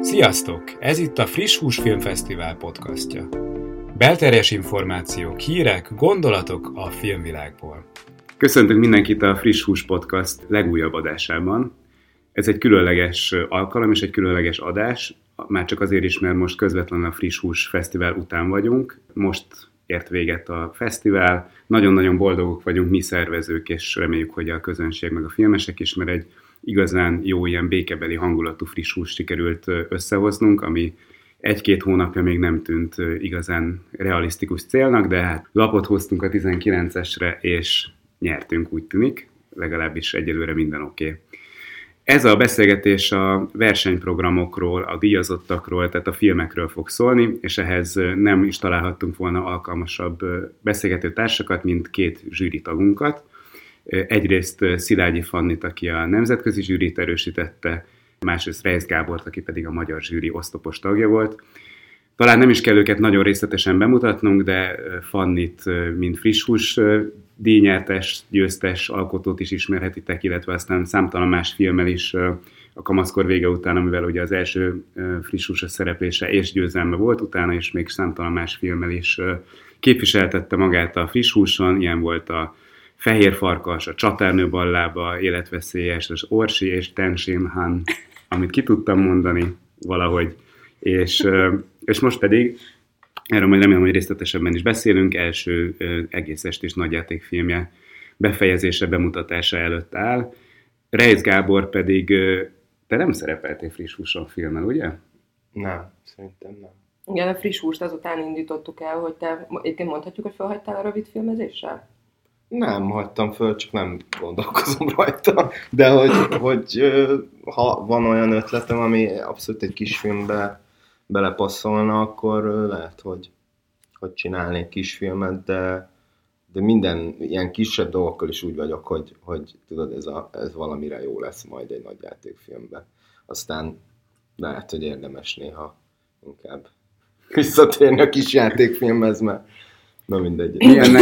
Sziasztok! Ez itt a Friss Hús Filmfesztivál podcastja. Belterjes információk, hírek, gondolatok a filmvilágból. Köszöntünk mindenkit a Friss Hús podcast legújabb adásában. Ez egy különleges alkalom és egy különleges adás, már csak azért is, mert most közvetlenül a Friss Hús Fesztivál után vagyunk. Most ért véget a fesztivál, nagyon-nagyon boldogok vagyunk mi szervezők, és reméljük, hogy a közönség meg a filmesek is, mert egy igazán jó ilyen békebeli hangulatú friss húst sikerült összehoznunk, ami 1-2 hónapja még nem tűnt igazán realisztikus célnak, de hát lapot hoztunk a 19-esre, és nyertünk, úgy tűnik, legalábbis egyelőre minden oké. Ez a beszélgetés a versenyprogramokról, a díjazottakról, tehát a filmekről fog szólni, és ehhez nem is találhattunk volna alkalmasabb beszélgető társakat, mint 2 zsűritagunkat. Egyrészt Szilágyi Fannit, aki a nemzetközi zsűrit erősítette, másrészt Reisz Gábort, aki pedig a magyar zsűri oszlopos tagja volt. Talán nem is kell őket nagyon részletesen bemutatnunk, de Fannit, mint friss hús díjnyertes, győztes alkotót is ismerhetitek, illetve aztán számtalan más filmmel is a Kamaszkor vége után, amivel ugye az első friss húsos szereplése és győzelme volt, utána is még számtalan más filmmel is képviseltette magát a friss húson, ilyen volt a Fehér farkas, a Csatárnő ballába, Életveszélyes, az Orsi és Tenshin Han, amit ki tudtam mondani valahogy. És most pedig, erről majd remélem, hogy részletesebben is beszélünk, első egész estés nagyjátékfilmje befejezése, bemutatása előtt áll. Reisz Gábor pedig, te nem szerepeltél friss húson filmen, ugye? Nem, szerintem nem. Igen, a friss húst azután indítottuk el, hogy te, egyébként mondhatjuk, hogy felhagytál a rövid filmezéssel? Nem hagytam föl, csak nem gondolkozom rajta, de hogy ha van olyan ötletem, ami abszolút egy kisfilmbe belepasszolna, akkor lehet, hogy csinálnék kisfilmet, de minden ilyen kisebb dolgokkal is úgy vagyok, hogy tudod, ez valamire jó lesz majd egy nagy játékfilmben. Aztán lehet, hogy érdemes néha inkább visszatérni a kis játékfilmhez, mert na mindegy.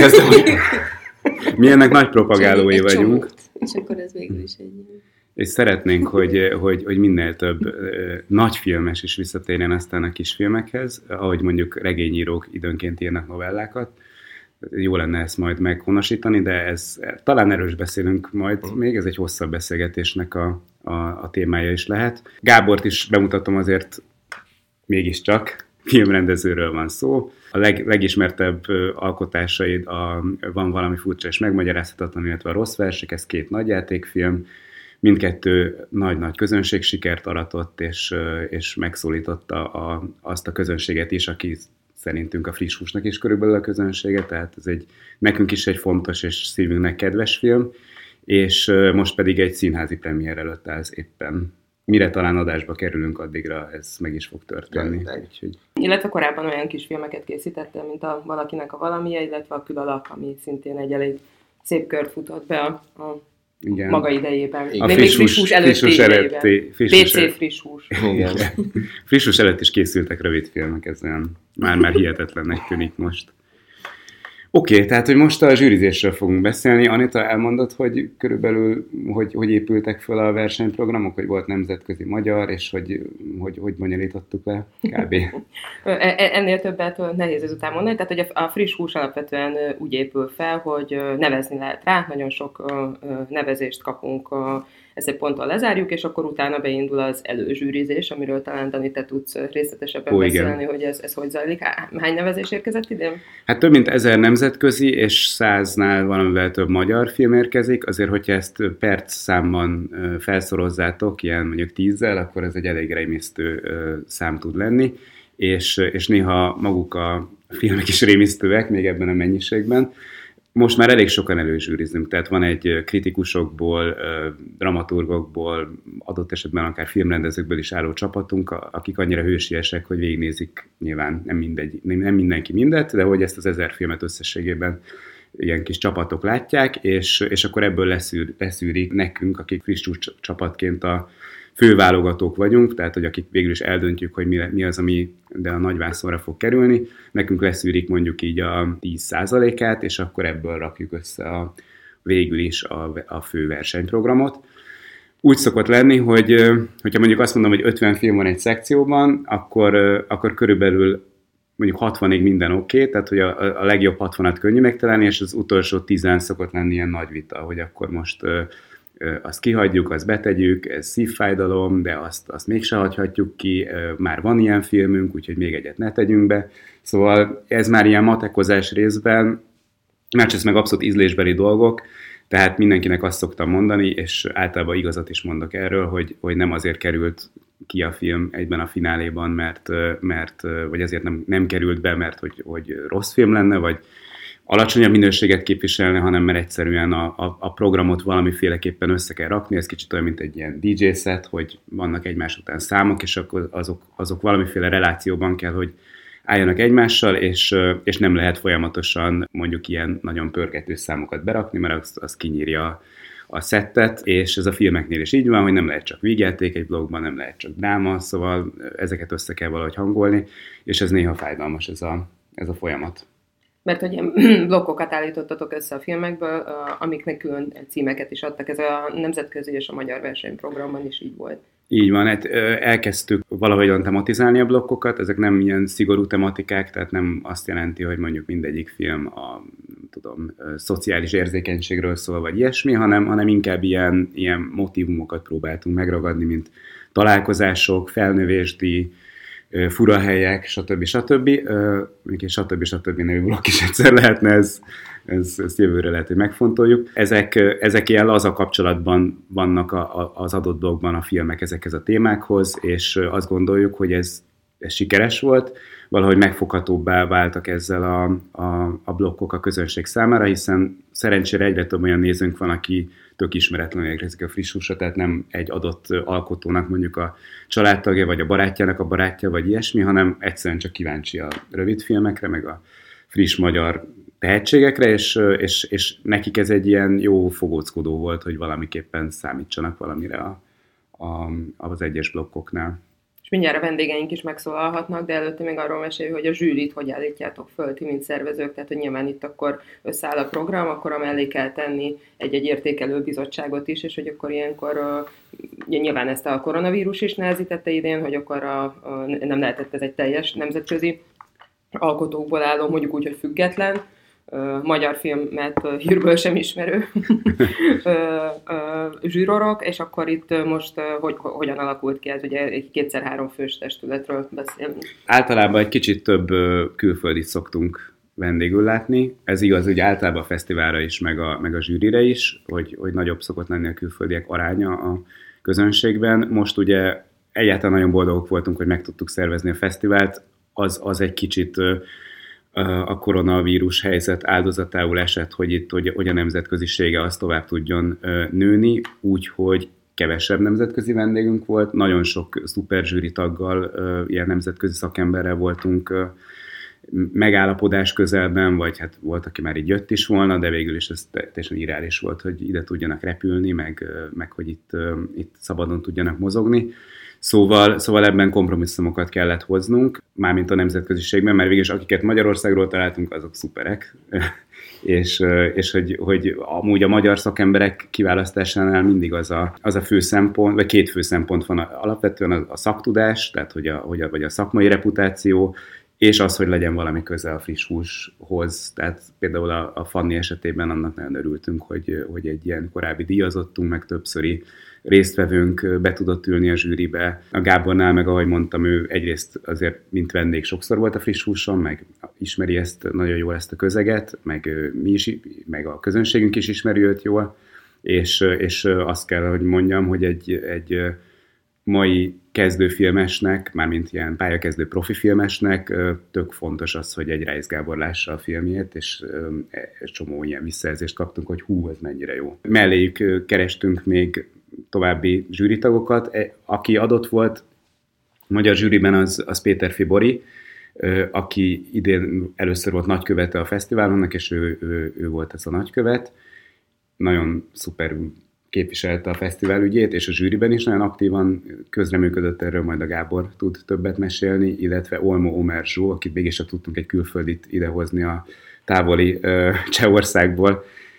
Mi ennek nagy propagálói vagyunk. És akkor ez végül is egy... És szeretnénk, hogy minél több nagyfilmes is visszatérjen aztán a kisfilmekhez, ahogy mondjuk regényírók időnként írnak novellákat. Jó lenne ezt majd meghonosítani, de ez talán erről beszélünk majd, még ez egy hosszabb beszélgetésnek a témája is lehet. Gábort is bemutatom, azért mégiscsak filmrendezőről van szó. A legismertebb alkotásaid Van valami furcsa és megmagyarázhatatlan, illetve a Rossz versek, ez 2 nagyjátékfilm. Mindkettő nagy-nagy közönségsikert aratott, és megszólította azt a közönséget is, aki szerintünk a friss húsnak is körülbelül a közönsége, tehát ez nekünk is egy fontos és szívünknek kedves film, és most pedig egy színházi premier előtt állsz éppen. Mire talán adásba kerülünk, addigra ez meg is fog történni. Úgyhogy... Illetve korábban olyan kis filmeket készítettem, mint a Valakinek a valamije, illetve a Külalak, ami szintén egy elég szép kört futott be a maga idejében. A friss hús előtti PC friss hús. Igen. Friss hús előtt is készültek rövid filmek, ez olyan már hihetetlennek tűnik most. Oké, tehát, hogy most a zsűrizésről fogunk beszélni. Anita, elmondod, hogy körülbelül hogy épültek fel a versenyprogramok, hogy volt nemzetközi magyar, és hogy bonyolítottuk le kb. Ennél többet nehéz ezután mondani. Tehát, hogy a friss hús alapvetően úgy épül fel, hogy nevezni lehet rá, nagyon sok nevezést kapunk, ezt egy ponttal lezárjuk, és akkor utána beindul az előzsűrizés, amiről talán, Dani, te tudsz részletesebben beszélni, hogy ez hogy zajlik. Hány nevezés érkezett idén? Hát több mint 1000 nemzetközi, és 100-nál valamivel több magyar film érkezik. Azért, hogyha ezt percszámban felszorozzátok, ilyen mondjuk 10-zel, akkor ez egy elég rémisztő szám tud lenni, és néha maguk a filmek is rémisztőek, még ebben a mennyiségben. Most már elég sokan előzsűrizünk, tehát van egy kritikusokból, dramaturgokból, adott esetben akár filmrendezőkből is álló csapatunk, akik annyira hősiesek, hogy végignézik, nyilván nem mindenki mindet, de hogy ezt az 1000 filmet összességében ilyen kis csapatok látják, és akkor ebből leszűrik nekünk, akik friss csapatként a főválogatók vagyunk, tehát hogy akik végül is eldöntjük, hogy mi az, ami de a nagyvászonra fog kerülni, nekünk leszűrik mondjuk így a 10%-át, és akkor ebből rakjuk össze végül is a fő versenyprogramot. úgy szokott lenni, hogyha mondjuk azt mondom, hogy 50 film van egy szekcióban, akkor körülbelül mondjuk 60-ig minden oké, tehát hogy a legjobb 60-at könnyű megtalálni, és az utolsó 10 szokott lenni ilyen nagy vita, hogy akkor most azt kihagyjuk, azt betegyük, ez szívfájdalom, de azt mégse hagyhatjuk ki, már van ilyen filmünk, úgyhogy még egyet ne tegyünk be. Szóval ez már ilyen matekozás részben, másrészt meg abszolút ízlésbeli dolgok, tehát mindenkinek azt szoktam mondani, és általában igazat is mondok erről, hogy nem azért került ki a film egyben a fináléban, mert vagy azért nem került be, mert hogy rossz film lenne, vagy alacsonyabb minőséget képviselne, hanem mert egyszerűen a programot valamiféleképpen össze kell rakni. Ez kicsit olyan, mint egy ilyen DJ set, hogy vannak egymás után számok, és akkor azok valamiféle relációban kell, hogy álljanak egymással, és nem lehet folyamatosan mondjuk ilyen nagyon pörgető számokat berakni, mert az kinyírja a szettet, és ez a filmeknél is így van, hogy nem lehet csak vígjáték egy blogban, nem lehet csak dráma, szóval ezeket össze kell valahogy hangolni, és ez néha fájdalmas ez a folyamat. Mert hogy ilyen blokkokat állítottatok össze a filmekből, amiknek külön címeket is adtak. Ez a nemzetközi és a magyar versenyprogramban is így volt. Így van, hát elkezdtük valahogyan tematizálni a blokkokat, ezek nem ilyen szigorú tematikák, tehát nem azt jelenti, hogy mondjuk mindegyik film a szociális érzékenységről szól, vagy ilyesmi, hanem inkább ilyen motívumokat próbáltunk megragadni, mint találkozások, felnövésdi, furahelyek, stb. Stb. Nevű blokk is egyszer lehetne, ezt jövőre lehet, hogy megfontoljuk. Ezek ilyen laza kapcsolatban vannak az adott blogban a filmek ezekhez a témákhoz, és azt gondoljuk, hogy ez sikeres volt, valahogy megfoghatóbbá váltak ezzel a blokkok a közönség számára, hiszen szerencsére egyre több olyan nézőnk van, aki tök ismeretlenül érkezik a friss húsra, tehát nem egy adott alkotónak mondjuk a családtagja, vagy a barátjának a barátja, vagy ilyesmi, hanem egyszerűen csak kíváncsi a rövidfilmekre, meg a friss magyar tehetségekre, és nekik ez egy ilyen jó fogóckodó volt, hogy valamiképpen számítsanak valamire az egyes blokkoknál. És mindjárt a vendégeink is megszólalhatnak, de előtte még arról mesélj, hogy a zsűrit hogy állítjátok föl ti, mint szervezők, tehát hogy nyilván itt akkor összeáll a program, akkor amellé kell tenni egy értékelő bizottságot is, és hogy akkor ilyenkor nyilván ezt a koronavírus is nehezítette idén, hogy akkor nem lehetett ez egy teljes nemzetközi alkotókból álló, mondjuk úgy, hogy független, magyar filmet hírből sem ismerő zsűrorok, és akkor itt most hogyan alakult ki ez, ugye egy 2x3 fős testületről beszélünk. Általában egy kicsit több külföldit szoktunk vendégül látni. Ez igaz, ugye általában a fesztiválra is, meg a zsűrire is, hogy nagyobb szokott lenni a külföldiek aránya a közönségben. Most ugye egyáltalán nagyon boldogok voltunk, hogy meg tudtuk szervezni a fesztivált. Az egy kicsit a koronavírus helyzet áldozatául esett, hogy a nemzetközisége az tovább tudjon nőni, úgyhogy kevesebb nemzetközi vendégünk volt, nagyon sok szuper zsűri taggal, ilyen nemzetközi szakemberrel voltunk megállapodás közelben, vagy hát volt, aki már így jött is volna, de végül is ez teljesen irreális volt, hogy ide tudjanak repülni, meg hogy itt szabadon tudjanak mozogni. Szóval ebben kompromisszumokat kellett hoznunk, mármint a nemzetköziségben, mert végülis akiket Magyarországról találtunk, azok szuperek. és hogy amúgy a magyar szakemberek kiválasztásánál mindig az a fő szempont, vagy két fő szempont van alapvetően a szaktudás, tehát vagy a szakmai reputáció, és az, hogy legyen valami köze a friss húshoz. Tehát például a Fanni esetében annak nagyon örültünk, hogy egy ilyen korábbi díjazottunk, meg többszöri résztvevőnk be tudott ülni a zsűribe. A Gábornál meg, ahogy mondtam, ő egyrészt azért, mint vendég sokszor volt a friss húson, meg ismeri nagyon jól ezt a közeget, meg mi is, meg a közönségünk is ismeri őt jól, és azt kell, hogy mondjam, hogy egy mai kezdőfilmesnek, mármint ilyen pályakezdő profifilmesnek tök fontos az, hogy egy Reisz Gábor lássa a filmjét, és csomó ilyen visszajelzést kaptunk, hogy hú, ez mennyire jó. Melléjük kerestünk még további zsűritagokat. Aki adott volt a magyar zsűriben, az Péter Fibori, aki idén először volt nagykövete a fesztiválonnak, és ő volt ez a nagykövet. Nagyon szuper képviselte a fesztivál ügyét, és a zsűriben is nagyon aktívan közreműködött, erről majd a Gábor tud többet mesélni, illetve Olmo Omer Zsó, akit végig sem tudtunk egy külföldit idehozni a távoli Csehországból.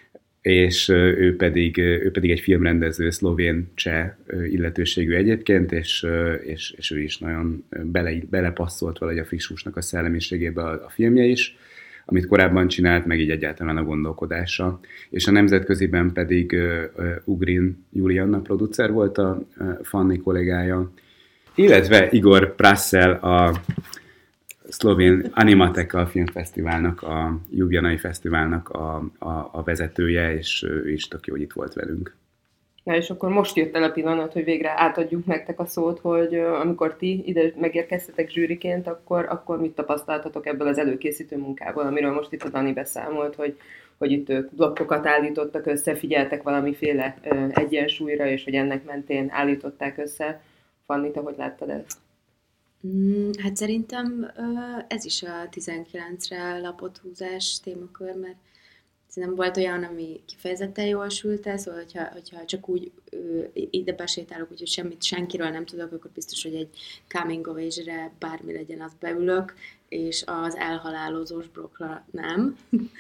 és ő pedig egy filmrendező, szlovén-cseh illetőségű egyébként, és ő is nagyon belepasszolt valahogy a friss húsnak a szellemiségébe a filmje is, amit korábban csinált, meg így egyáltalán a gondolkodása. És a nemzetköziben pedig Ugrin Julianna producer volt a Fanny kollégája, illetve Igor Prassel, a szlovén Animateka filmfesztiválnak, a Ljubljanai fesztiválnak a vezetője, és ő is tök jó, hogy itt volt velünk. Na és akkor most jött el a pillanat, hogy végre átadjuk nektek a szót, hogy amikor ti ide megérkeztetek zsűriként, akkor mit tapasztaltatok ebből az előkészítő munkából, amiről most itt a Dani beszámolt, hogy itt ők blokkokat állítottak össze, figyeltek valamiféle egyensúlyra, és hogy ennek mentén állították össze. Fanni, te hogy láttad ezt? Hát szerintem ez is a 19-re lapot húzás témakör, mert szerintem volt olyan, ami kifejezetten jól sült el, szóval hogyha csak úgy ide besétálok, úgyhogy semmit senkiről nem tudok, akkor biztos, hogy egy coming of age-re bármi legyen, azt beülök, és az elhalálozós blokkra nem.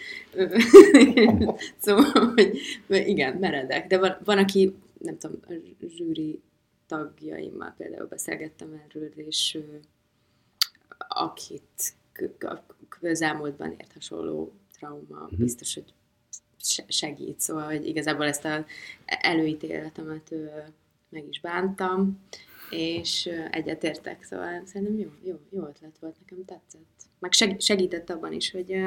Szóval, hogy igen, meredek. De van aki, nem tudom, a zsűri tagjaimmal például beszélgettem erről, és akit közelmúltban ért hasonló trauma, biztos, hogy segít. Szóval, hogy igazából ezt az előítéletemet meg is bántam, és egyetértek, szóval szerintem jó ötlet volt, nekem tetszett. Meg segített abban is, hogy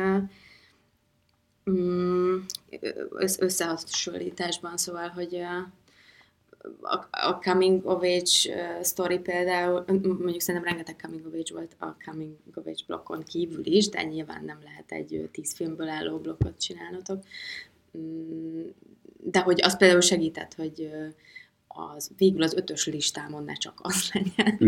összehasonlításban, szóval, hogy a coming of age story például, mondjuk szerintem rengeteg coming of age volt a coming of age blokkon kívül is, de nyilván nem lehet egy 10 filmből álló blokkot csinálnotok. De hogy az például segített, hogy végül az 5-ös listámon ne csak az legyen.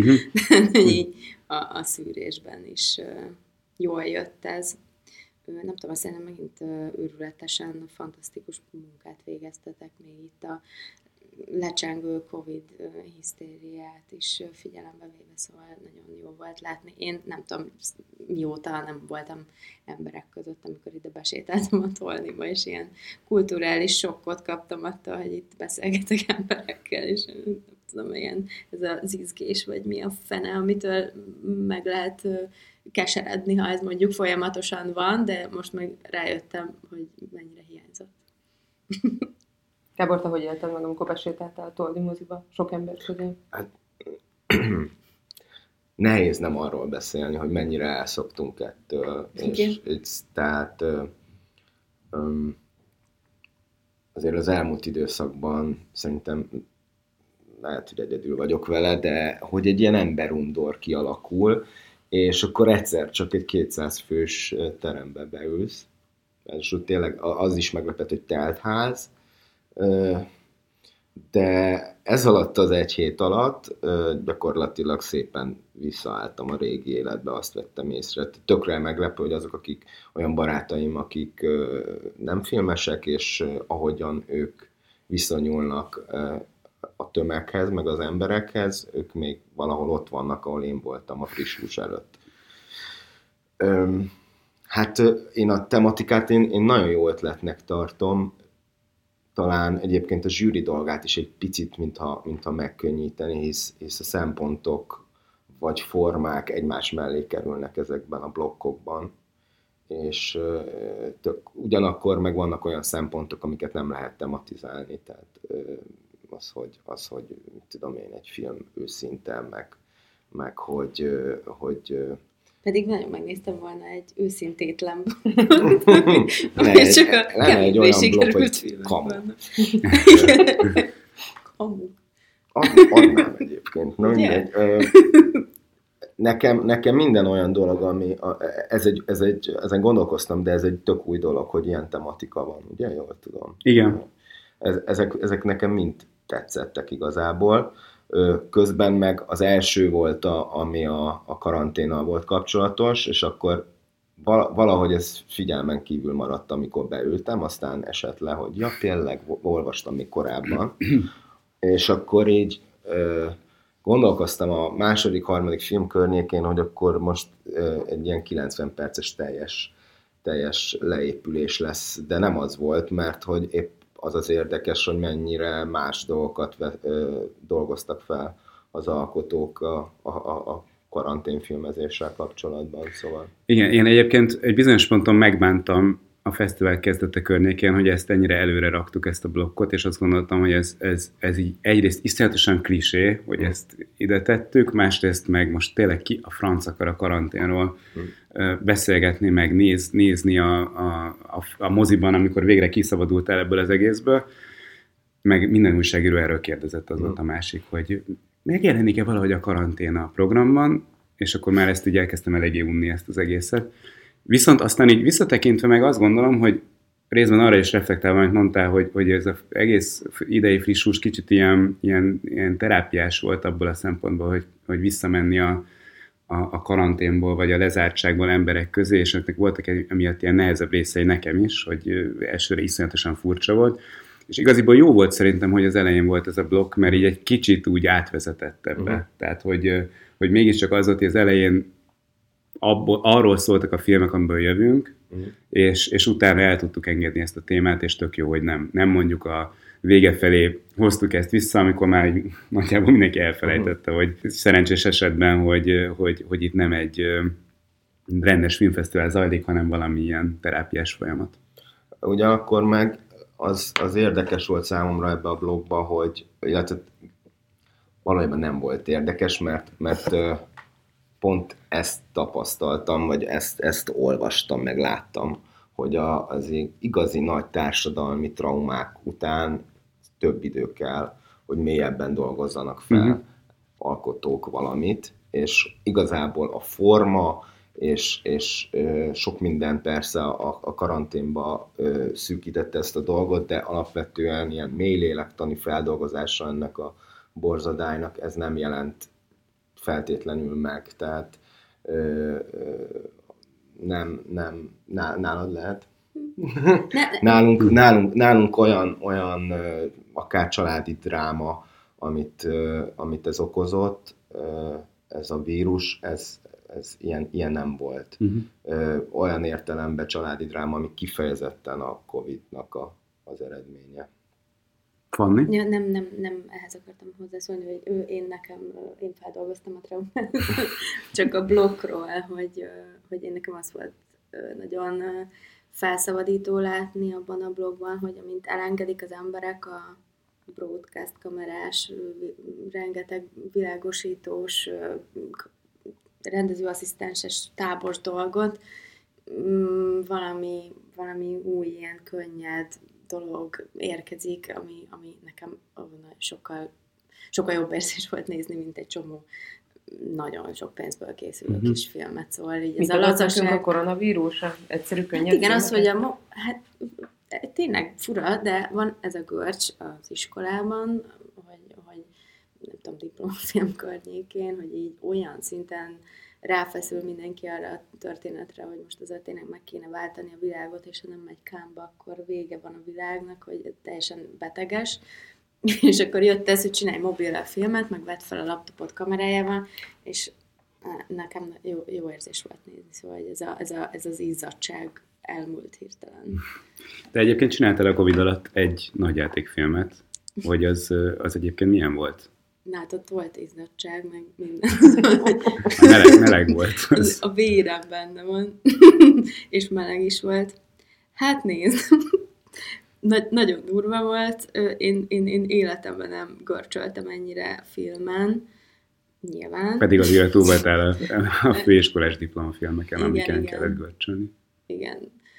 A szűrésben is jól jött ez. Nem tudom, azt szerintem megint őrületesen fantasztikus munkát végeztetek még itt a lecsengő Covid hisztériát is figyelembe véve, szóval nagyon jó volt látni. Én nem tudom, mióta nem voltam emberek között, amikor ide besétáltam a Tolniba, és ilyen kulturális sokkot kaptam attól, hogy itt beszélgetek emberekkel, és nem tudom, ilyen ez az izgés, vagy mi a fene, amitől meg lehet keseredni, ha ez mondjuk folyamatosan van, de most meg rájöttem, hogy mennyire hiányzott. Gábor, te hogy élted meg, amikor besétáltál a Toldi moziba sok ember közé? Hát, nehéz nem arról beszélni, hogy mennyire elszoktunk ettől. És tehát azért az elmúlt időszakban szerintem lehet, hogy egyedül vagyok vele, de hogy egy ilyen emberundor kialakul, és akkor egyszer csak egy 200 fős terembe beülsz, és ott tényleg az is meglepett, hogy telt ház, de ez alatt az egy hét alatt gyakorlatilag szépen visszaálltam a régi életbe, azt vettem észre. Tökre meglepő, hogy azok, akik olyan barátaim, akik nem filmesek, és ahogyan ők viszonyulnak a tömeghez, meg az emberekhez, ők még valahol ott vannak, ahol én voltam a friss hús előtt. Hát én a tematikát én nagyon jó ötletnek tartom, talán egyébként a zsűri dolgát is egy picit, mintha megkönnyíteni, hisz a szempontok vagy formák egymás mellé kerülnek ezekben a blokkokban, és ugyanakkor meg vannak olyan szempontok, amiket nem lehet tematizálni, tehát az, hogy tudom én, egy film őszinte, meg hogy pedig nagyon megnéztem volna egy őszintétlen és csak a kevésbé sikerült filmben. Kamu. Adnám egyébként. Nekem minden olyan dolog, ami ezen gondolkoztam, de ez egy tök új dolog, hogy ilyen tematika van, ugye? Jól tudom. Igen. Ezek nekem mind tetszettek igazából. Közben meg az első volt, ami a karanténnal volt kapcsolatos, és akkor valahogy ez figyelmen kívül maradt, amikor beültem, aztán esett le, hogy ja, tényleg, olvastam még korábban. És akkor így gondolkoztam a második-harmadik film környékén, hogy akkor most egy ilyen 90 perces teljes leépülés lesz, de nem az volt, mert hogy épp az az érdekes, hogy mennyire más dolgokat dolgoztak fel az alkotók a karanténfilmezéssel kapcsolatban, szóval. Igen, én egyébként egy bizonyos ponton megbántam a fesztivál kezdete környékén, hogy ezt ennyire előre raktuk, ezt a blokkot, és azt gondoltam, hogy ez így egyrészt iszonyatosan klisé, hogy ezt ide tettük, másrészt meg most tényleg ki a franc akar a karanténról beszélgetni, meg nézni a moziban, amikor végre kiszabadultál ebből az egészből, meg minden újságíró erről kérdezett, az volt a másik, hogy megjelenik-e valahogy a karantén a programban, és akkor már ezt így elkezdtem eléggé unni ezt az egészet. Viszont aztán így visszatekintve meg azt gondolom, hogy részben arra is reflektálva, amit mondtál, hogy ez az egész idei friss hús kicsit ilyen terápiás volt abból a szempontból, hogy visszamenni a karanténból, vagy a lezártságból emberek közé, és ennek voltak emiatt ilyen nehezebb részei nekem is, hogy elsőre iszonyatosan furcsa volt. És igaziból jó volt szerintem, hogy az elején volt ez a blokk, mert így egy kicsit úgy átvezetett ebbe. Tehát, hogy mégiscsak az volt, hogy az elején arról szóltak a filmek, amiből jövünk, és utána el tudtuk engedni ezt a témát, és tök jó, hogy nem mondjuk a vége felé hoztuk ezt vissza, amikor már nagyjából mindenki elfelejtette, hogy szerencsés esetben, hogy itt nem egy rendes filmfesztivál zajlik, hanem valami ilyen terápiás folyamat. Ugyanakkor meg az érdekes volt számomra ebbe a blogba, hogy valójában nem volt érdekes, mert pont ezt tapasztaltam, vagy ezt olvastam, meg láttam, hogy az igazi nagy társadalmi traumák után több idő kell, hogy mélyebben dolgozzanak fel alkotók valamit, és igazából a forma és sok minden persze a karanténba szűkítette ezt a dolgot, de alapvetően ilyen mély lélektani feldolgozása ennek a borzadálynak ez nem jelent feltétlenül meg, tehát nem nálad lehet. Nálunk olyan akár családi dráma, amit ez okozott, ez a vírus, ez ilyen nem volt. Olyan értelemben családi dráma, ami kifejezetten a Covid-nak az eredménye. Fanni? Ja, nem ehhez akartam hozzászólni, hogy én feldolgoztam a traumát, csak a blokkról, hogy én nekem az volt nagyon felszabadító látni abban a blogban, hogy amint elengedik az emberek a broadcast kamerás, rengeteg világosítós, rendezőasszisztenses tábos dolgot, valami új, ilyen könnyed dolog érkezik, ami nekem sokkal jobb érzés volt nézni, mint egy csomó nagyon sok pénzből készülő kis filmet, szóval így ez a lazaság... a koronavírus, egyszerű könnyed. Hát igen, az, hogy hát tényleg fura, de van ez a görcs az iskolában, hogy nem tudom, diplomafilm környékén, hogy így olyan szinten ráfeszül mindenki arra a történetre, hogy most azért tényleg meg kéne váltani a világot, és ha nem megy kámba, akkor vége van a világnak, hogy teljesen beteges. És akkor jött ez, hogy csinálj mobillal filmet, meg vedd fel a laptopot kamerájával, és nekem jó érzés volt nézni, szóval ez az izzadság elmúlt hirtelen. De egyébként csináltál a Covid alatt egy nagyjátékfilmet, hogy az egyébként milyen volt? Hát ott volt izzadság, meg minden. Meleg volt. Az. A vérem benne van, és meleg is volt. Hát nézd, nagyon durva volt. Én életemben nem görcsöltem ennyire filmen, nyilván. Pedig azért túl voltál a főiskolás diplomafilmeken, amiken kellett görcsölni. Igen.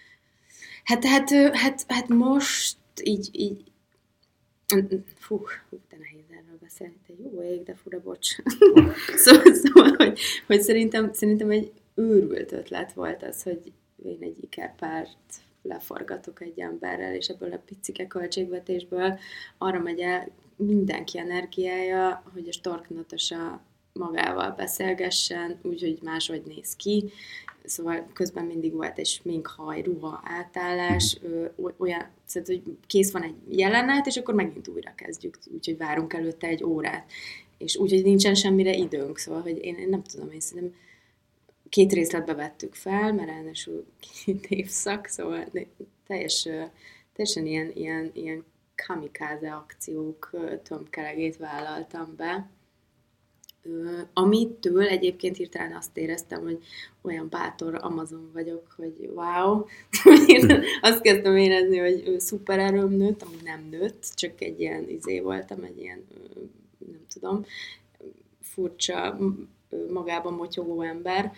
Hát most így fú, de nehéz erről beszélni, te jó ég, de fura, bocs. szóval hogy szerintem egy őrült ötlet volt az, hogy én egy ikerpárt leforgatok egy emberrel, és ebből a picike költségvetésből arra megy el mindenki energiája, hogy a Stork Natasa magával beszélgessen, úgyhogy máshogy néz ki. Szóval közben mindig volt egy sminkhaj, ruha, átállás, olyan, szóval, hogy kész van egy jelenet, és akkor megint újra kezdjük, úgyhogy várunk előtte egy órát. És úgyhogy nincsen semmire időnk, szóval, hogy én nem tudom, én szerintem 2 részletbe vettük fel, mert elnesül 2 évszak, szóval teljesen ilyen kamikaze akciók tömkelegét vállaltam be, amitől egyébként hirtelen azt éreztem, hogy olyan bátor Amazon vagyok, hogy wow, azt kezdtem érezni, hogy szupererőm nőtt, ami nem nőtt, csak egy ilyen voltam, egy ilyen, nem tudom, furcsa, magában motyogó ember,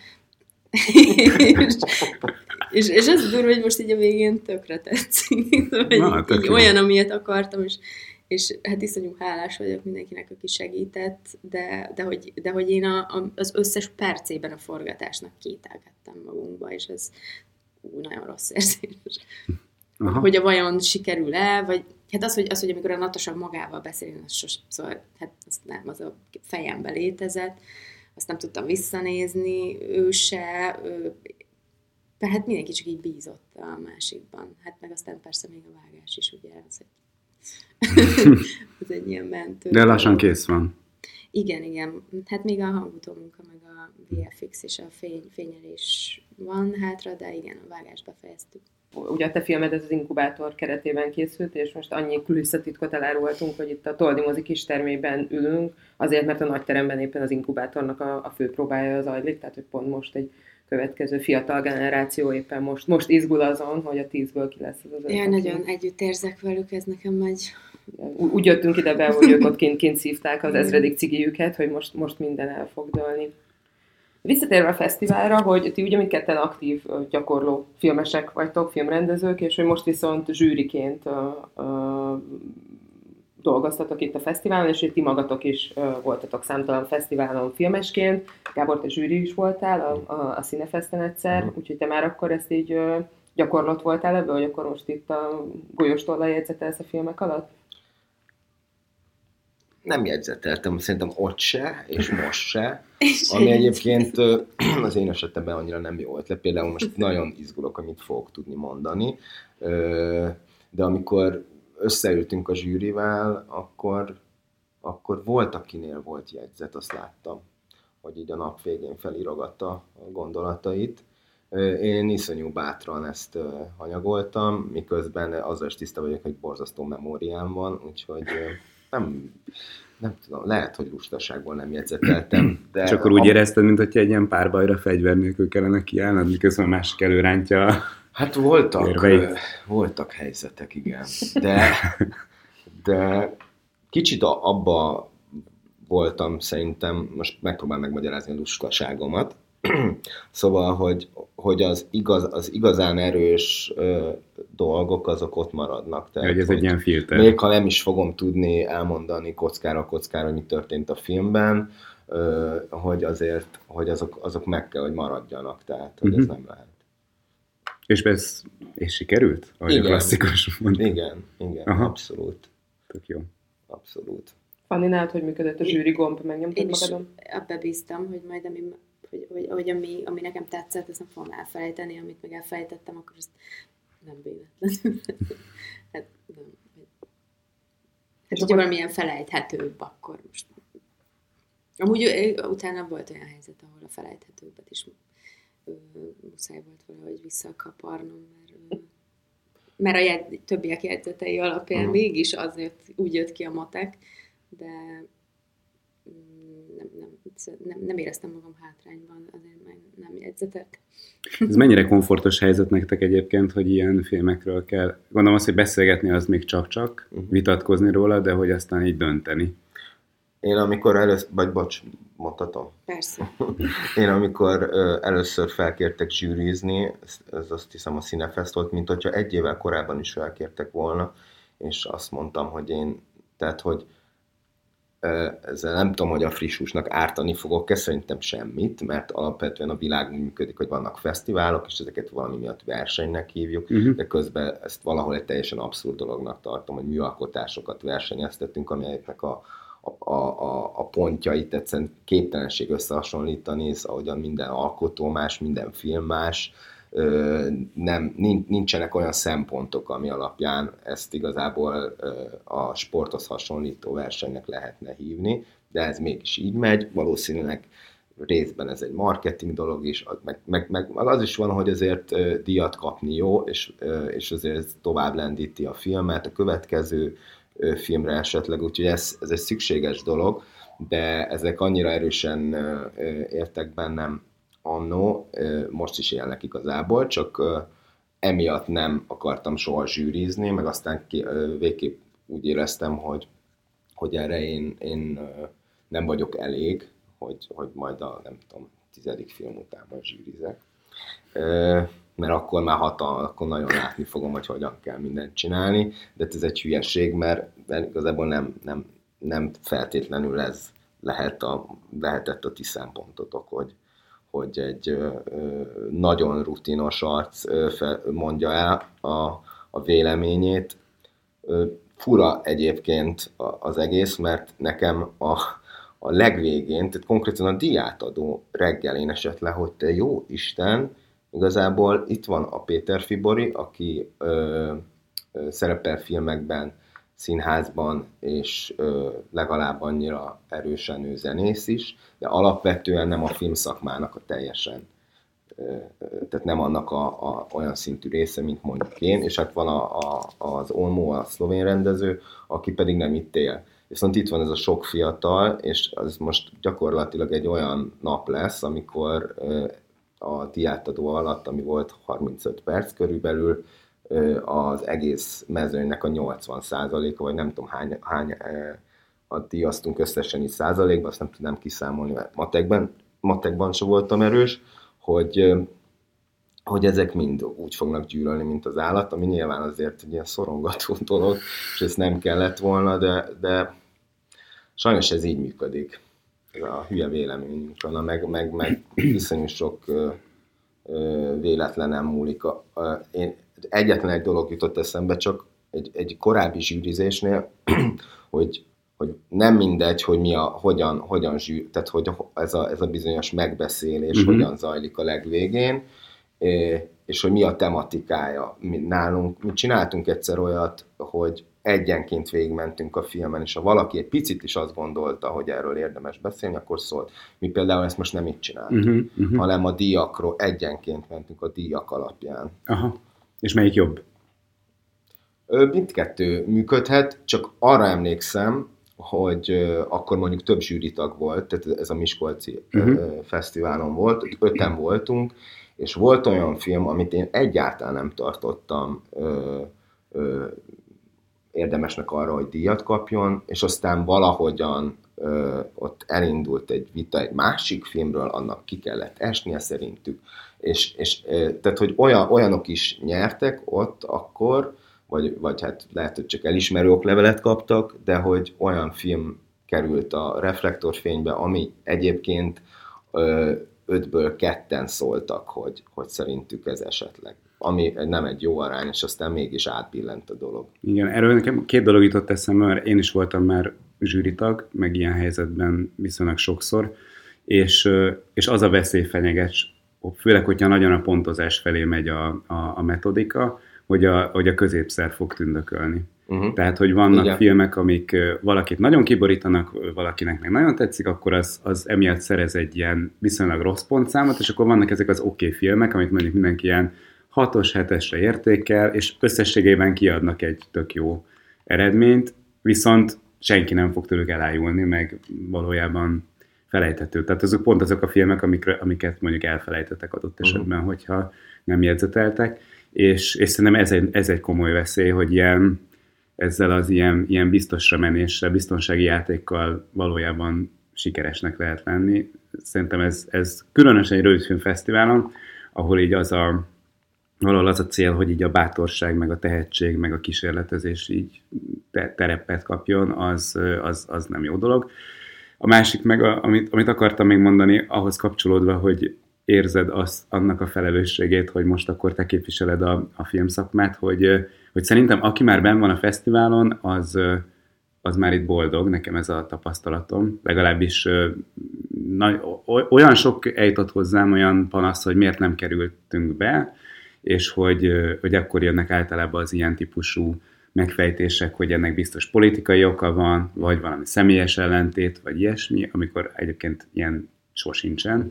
és az durva, hogy most így a végén tökre tetszik, így olyan, amilyet akartam, és hát iszonyú hálás vagyok mindenkinek, aki segített, de hogy én az összes percében a forgatásnak kételkedtem magunkba, és ez nagyon rossz érzés. Hogy vajon sikerül-e, vagy hát az, hogy amikor a Natasha magával beszél, szóval, hát az nem, az a fejembe létezett, azt nem tudtam visszanézni, ő se, hát mindenki csak így bízott a másikban. Hát meg aztán persze még a vágás is, ugye, ez egy ilyen mentő. De lassan kész van. Igen. Hát még a hangutómunka, meg a VFX és a fényelés van hátra, de igen, a vágást befejeztük. Ugye a te filmed ez az inkubátor keretében készült, és most annyi kulisszatitkot elárultunk, hogy itt a Toldi mozi kistermében ülünk, azért, mert a nagyteremben éppen az inkubátornak a főpróbája zajlik, tehát hogy pont most egy következő fiatal generáció éppen most izgul azon, hogy a 10-ből ki lesz az 5. Ja, nagyon együtt érzek velük, ez nekem megy. Úgy jöttünk ide be, hogy ők ott kint szívták az 1000. cigijüket, hogy most minden el fog dőlni. Visszatérve a fesztiválra, hogy ti ugye mindketten aktív gyakorló filmesek vagytok, filmrendezők, és hogy most viszont zsűriként dolgoztatok itt a fesztiválon, és hogy ti magatok is voltatok számtalan fesztiválon filmesként. Gábor, te zsűri is voltál a Cinefesten egyszer, úgyhogy te már akkor ezt így gyakorlott voltál ebből, hogy akkor most itt a golyóstollal jegyzetelsz a filmek alatt? Nem jegyzeteltem, szerintem ott se, és most se. Ami egyébként az én esetemben annyira nem jó ötlet. Például most nagyon izgulok, amit fogok tudni mondani. De amikor összeültünk a zsűrivel, akkor volt, akinél volt jegyzet, azt láttam, hogy így a nap végén felírogatta a gondolatait. Én iszonyú bátran ezt hanyagoltam, miközben azzal is tiszta vagyok, hogy borzasztó memóriám van, úgyhogy nem tudom, lehet, hogy lustaságból nem jegyzeteltem. De és akkor úgy érezted, mint hogy egy ilyen párbajra fegyver nélkül kellene kiállnod, miközben a másik előrántja. Hát voltak helyzetek, igen. De kicsit abba voltam szerintem, most megpróbálom megmagyarázni a lustaságomat. Szóval, hogy az igazán erős dolgok, azok ott maradnak. Tehát, hogy ez egy ilyen filter. Még ha nem is fogom tudni elmondani kockára, hogy mi történt a filmben, hogy azért, hogy azok meg kell, hogy maradjanak. Tehát, hogy ez nem lehet. És sikerült? Ahogy igen, a klasszikus mondta. Igen, aha. Abszolút. Tök jó. Abszolút. Fanni, nálad hogy működött a zsűri gomb? Megnyomtad magadon? Én is abba bíztam, hogy majd hogy ami nekem tetszett, ezt nem fogom elfelejteni, amit meg elfelejtettem, akkor ezt nem véletlenül. Hát nem. Hát ugye valamilyen felejthetőbb akkor most. Amúgy utána volt olyan helyzet, ahol a felejthetőbbet is muszáj volt valahogy visszakaparnom, mert a többiek jegyzetei alapján mégis azért úgy jött ki a matek, de nem éreztem magam hátrányban, azért meg nem jegyzetek. Ez mennyire komfortos helyzet nektek egyébként, hogy ilyen filmekről kell, gondolom azt, hogy beszélgetni az még csak vitatkozni róla, de hogy aztán így dönteni. Én amikor mondhatom? Persze. Én amikor először felkértek zsűrizni, ez azt hiszem a Cinefest volt, mint hogyha 1 évvel korábban is felkértek volna, és azt mondtam, hogy ezzel nem tudom, hogy a friss húsnak ártani fogok-e, szerintem semmit, mert alapvetően a világ úgy működik, hogy vannak fesztiválok, és ezeket valami miatt versenynek hívjuk, de közben ezt valahol egy teljesen abszurd dolognak tartom, hogy műalkotásokat versenyeztetünk, amelyeknek a pontjait egyszerűen képtelenség összehasonlítani, ahogyan minden alkotó más, minden film más, nincsenek olyan szempontok, ami alapján ezt igazából a sporthoz hasonlító versenynek lehetne hívni, de ez mégis így megy, valószínűleg részben ez egy marketing dolog is, meg az is van, hogy azért díjat kapni jó, és azért ez tovább lendíti a filmet, a következő filmre esetleg, úgyhogy ez egy szükséges dolog, de ezek annyira erősen értek bennem annó, most is élnek igazából, csak emiatt nem akartam soha zsűrizni, meg aztán végképp úgy éreztem, hogy erre én nem vagyok elég, hogy majd a, nem tudom, 10. film után majd zsűrizek. Mert akkor már akkor nagyon látni fogom, hogy hogyan kell mindent csinálni, de ez egy hülyeség, mert igazából nem feltétlenül ez lehetett a ti szempontotok, hogy egy nagyon rutinos arc mondja el a véleményét. Fura egyébként az egész, mert nekem a legvégén, tehát konkrétan a díjátadó reggelén esett le, hogy te jó Isten, igazából itt van a Péter Fibori, aki szerepel filmekben, színházban, és legalább annyira erősen ő zenész is, de alapvetően nem a filmszakmának a teljesen, tehát nem annak olyan szintű része, mint mondjuk én, és hát van az Olmo, a szlovén rendező, aki pedig nem itt él. Viszont itt van ez a sok fiatal, és az most gyakorlatilag egy olyan nap lesz, amikor a díjátadó alatt, ami volt 35 perc körülbelül, az egész mezőnynek a 80%-a, vagy nem tudom hány díjaztunk összesen is százalékban, azt nem tudnám kiszámolni, mert matekban sem voltam erős, hogy ezek mind úgy fognak gyűlölni, mint az állat, ami nyilván azért egy ilyen szorongató dolog, és ez nem kellett volna, de sajnos ez így működik. Ez a hülye véleményünk van, meg viszonylag sok véletlenem múlik. Én egyetlen egy dolog jutott eszembe, csak egy korábbi zsűrizésnél, hogy nem mindegy, hogy hogyan tehát hogy ez a bizonyos megbeszélés hogyan zajlik a legvégén, és hogy mi a tematikája. Mi csináltunk egyszer olyat, hogy egyenként végigmentünk a filmen, és ha valaki egy picit is azt gondolta, hogy erről érdemes beszélni, akkor szólt. Mi például ezt most nem így csináltuk, hanem a díjakról egyenként mentünk a díjak alapján. Aha. És melyik jobb? Mindkettő működhet, csak arra emlékszem, hogy akkor mondjuk több zsűritag volt, tehát ez a Miskolci fesztiválon volt, 5-en voltunk, és volt olyan film, amit én egyáltalán nem tartottam érdemesnek arra, hogy díjat kapjon, és aztán valahogyan ott elindult egy vita egy másik filmről, annak ki kellett esnie szerintük, és tehát, hogy olyanok is nyertek ott akkor, vagy hát lehet, hogy csak elismerő oklevelet kaptak, de hogy olyan film került a reflektorfénybe, ami egyébként 5-ből 2-en szóltak, hogy szerintük ez esetleg. Ami nem egy jó arány, és aztán mégis átbillent a dolog. Igen, erről nekem 2 dolog jutott eszembe, mert én is voltam már zsűritag, meg ilyen helyzetben viszonylag sokszor, és az a veszély fenyeget, főleg, hogyha nagyon a pontozás felé megy a metodika, hogy a középszer fog tündökölni. Tehát, hogy vannak filmek, amik valakit nagyon kiborítanak, valakinek meg nagyon tetszik, akkor az emiatt szerez egy ilyen viszonylag rossz pontszámot, és akkor vannak ezek az oké filmek, amit mondjuk mindenki ilyen 6-os, 7-esre értékel, és összességében kiadnak egy tök jó eredményt, viszont senki nem fog tőlük elájulni, meg valójában felejthető. Tehát azok pont azok a filmek, amiket mondjuk elfelejtettek adott esetben, hogyha nem jegyzeteltek, és szerintem ez egy komoly veszély, hogy ezzel az ilyen biztosra menéssel, biztonsági játékkal valójában sikeresnek lehet lenni. Szerintem ez különösen egy rövidfilmfesztiválon, ahol így valahol az a cél, hogy így a bátorság, meg a tehetség, meg a kísérletezés így terepet kapjon, az nem jó dolog. A másik meg, amit akartam még mondani, ahhoz kapcsolódva, hogy érzed annak a felelősségét, hogy most akkor te képviseled a filmszakmát, hogy szerintem aki már benn van a fesztiválon, az már itt boldog, nekem ez a tapasztalatom. Legalábbis olyan sok eljutott hozzám, olyan panasz, hogy miért nem kerültünk be, és hogy akkor jönnek általában az ilyen típusú megfejtések, hogy ennek biztos politikai oka van, vagy valami személyes ellentét, vagy ilyesmi, amikor egyébként ilyen sosincsen.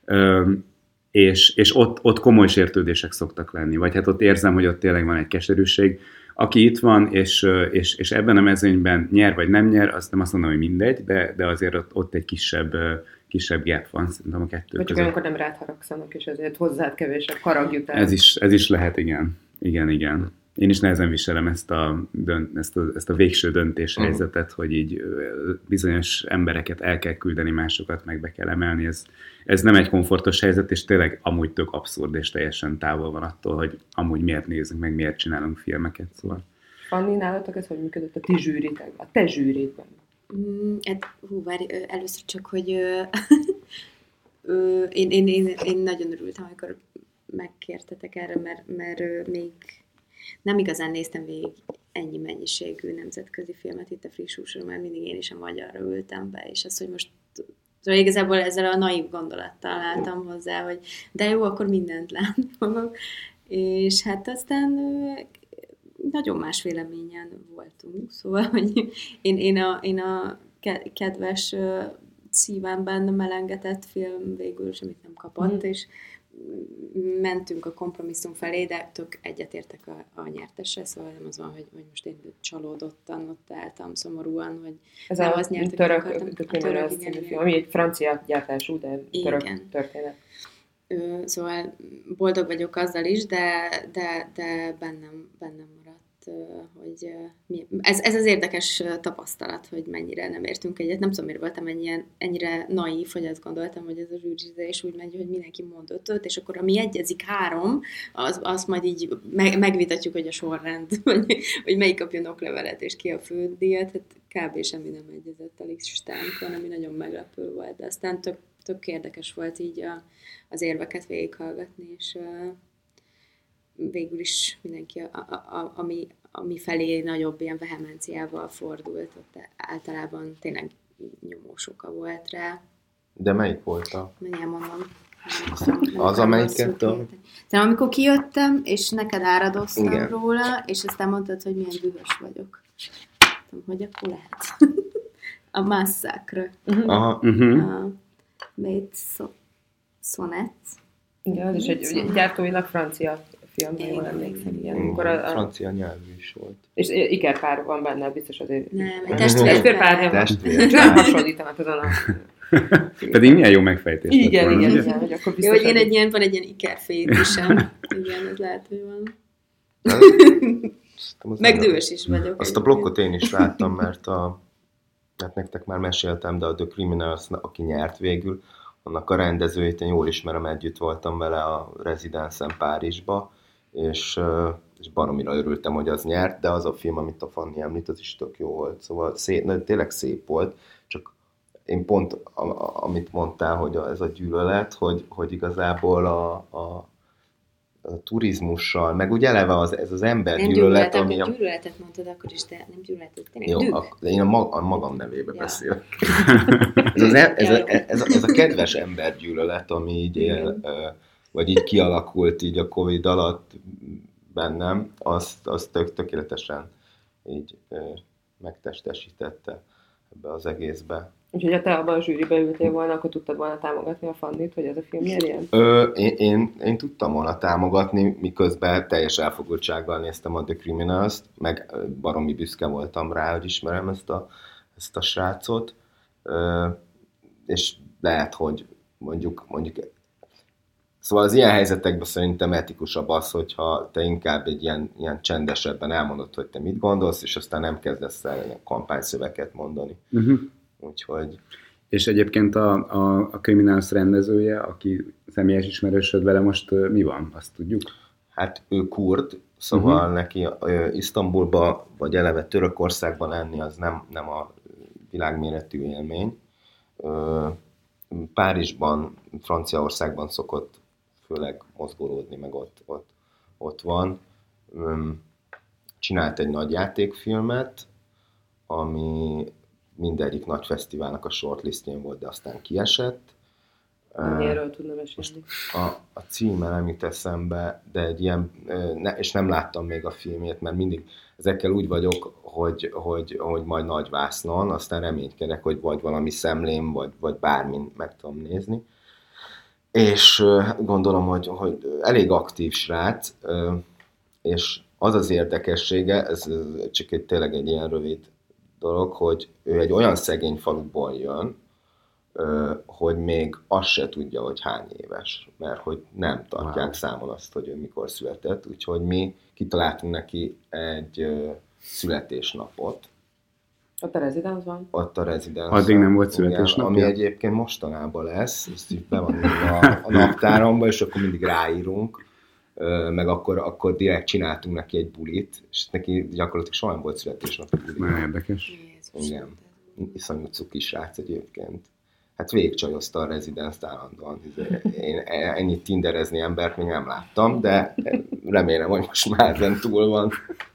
És ott komoly sértődések szoktak lenni, vagy hát ott érzem, hogy ott tényleg van egy keserűség. Aki itt van, és ebben a mezőnyben nyer vagy nem nyer, azt nem azt mondom, hogy mindegy, de azért ott egy kisebb gap van, szerintem a kettő között. Vagy csak nem rád haragszanak, és ezért hozzád kevésebb harag jut el. Ez is lehet, igen. Én is nehezen viselem ezt a végső döntéshelyzetet, hogy így bizonyos embereket el kell küldeni, másokat meg be kell emelni. Ez nem egy komfortos helyzet, és tényleg amúgy tök abszurd, és teljesen távol van attól, hogy amúgy miért nézünk, meg miért csinálunk filmeket. Szóval. Fanni, nálatok ez hogy működött a ti zsűritek, a te zsűridben? Várj, először csak, hogy én nagyon örültem, amikor megkértetek erre, mert még nem igazán néztem végig ennyi mennyiségű nemzetközi filmet itt a Friss Húsról, mert mindig én is a magyarra ültem be, és az, hogy most szóval igazából ezzel a naív gondolattal álltam hozzá, hogy de jó, akkor mindent látni fogok. És hát aztán nagyon más véleményen voltunk, szóval, hogy én a kedves szívemben melengetett film végül semmit nem kapott, és mentünk a kompromisszum felé, de tök egyetértek a nyertesre, szóval nem az van, hogy most én csalódottan ott álltam szomorúan, hogy ez nem az nyert, hogy török film, ami egy francia gyártású, de török történet. Szóval boldog vagyok azzal is, de bennem maradt, hogy ez az érdekes tapasztalat, hogy mennyire nem értünk egyet. Nem tudom, miért voltam ennyire naív, hogy azt gondoltam, hogy ez a zsűrizés úgy megy, hogy mindenki mond 5-öt, és akkor ami egyezik 3, azt majd így megvitatjuk, hogy a sorrend, hogy melyik kapjon oklevelet, és ki a fődíjat. Hát kb. Semmi nem egyezett a listánkon, ami nagyon meglepő volt. De aztán tök érdekes volt így az érveket végighallgatni, és végül is mindenki, ami felé nagyobb ilyen vehemenciával fordult, ott általában tényleg nyomós oka volt rá. De melyik volt Mindjárt mondom. Az, amelyiket Szóval amikor kijöttem, és neked áradoztam róla, és aztán mondtad, hogy milyen dühös vagyok. Tudom, hogy akkor lehet. A Massacre. Aha. A Made Sonnet. Igen, az is egy gyártóilag francia film, ha jól emlékszem. Francia nyelvű is volt. És ikerpár van benne, biztos azért. Nem, egy testvérpár. Nem hasonlítanak azon a... Pedig milyen jó megfejtés. Igen, hogy akkor biztos... Jó, hogy van egy ilyen ikerfétisem. Igen, ez lehet, hogy van. Meg dühös is vagyok. Azt a blokkot én is láttam, mert hát nektek már meséltem, de a The Criminals, aki nyert végül, annak a rendezőjét én jól ismerem, együtt voltam vele a Residence-en Párizsba, és baromira örültem, hogy az nyert, de az a film, amit a Fanni említ, az is tök jó volt. Szóval tényleg szép volt, csak én pont, amit mondtál, hogy ez a gyűlölet, hogy igazából a turizmussal, meg ugye eleve ez az embergyűlölet, ami... Nem gyűlöletet mondtad akkor is, de nem gyűlöletet, tényleg jó, de én a magam nevébe beszélek. Ez a kedves embergyűlölet, ami így él, vagy így kialakult így a Covid alatt bennem, azt tökéletesen így megtestesítette ebbe az egészbe. Úgyhogy ha te abban a zsűribe ültél volna, akkor tudtad volna támogatni a Fannit, hogy ez a film nyerjen? Én tudtam volna támogatni, miközben teljes elfogultsággal néztem a The Criminals-t, meg baromi büszke voltam rá, hogy ismerem ezt a srácot, és lehet, hogy mondjuk szóval az ilyen helyzetekben szerintem etikusabb az, hogyha te inkább egy ilyen csendesebben elmondod, hogy te mit gondolsz, és aztán nem kezdesz el ilyen kampányszöveket mondani. Úgyhogy... És egyébként a Criminals rendezője, aki személyes ismerősöd vele, most mi van? Azt tudjuk? Hát ő kurd, szóval neki Isztambulba, vagy eleve Törökországban lenni, az nem a világméretű élmény. Párizsban, Franciaországban szokott főleg mozgolódni, meg ott van. Csinált egy nagy játékfilmet, ami mindegyik nagy fesztiválnak a shortlistjén volt, de aztán kiesett. Erről tudna mesélni. A címe nem jut eszembe, de egy ilyen, és nem láttam még a filmét, mert mindig ezekkel úgy vagyok, hogy majd nagy vásznon, aztán reménykedek, hogy vagy valami szemlém, vagy bármin meg tudom nézni. És gondolom, hogy elég aktív srác, és az az érdekessége, ez csak tényleg egy ilyen rövid dolog, hogy ő egy olyan szegény faluból jön, hogy még azt se tudja, hogy hány éves, mert hogy nem tartják számon azt, hogy ő mikor született, úgyhogy mi kitaláltunk neki egy születésnapot. Ott a rezidens van? Ott a rezidens. Addig nem volt születésnapja? Ami egyébként mostanában lesz, ezt így be van a naptáramba, és akkor mindig ráírunk, meg akkor direkt csináltunk neki egy bulit, és neki gyakorlatilag soha nem volt születésnapja bulit. Nagyon érdekes. Igen. Iszonyú cuki srác egyébként. Hát végigcsajozta a rezidenst állandóan. Én ennyit tinderezni embert még nem láttam, de remélem, hogy most már ezen túl van.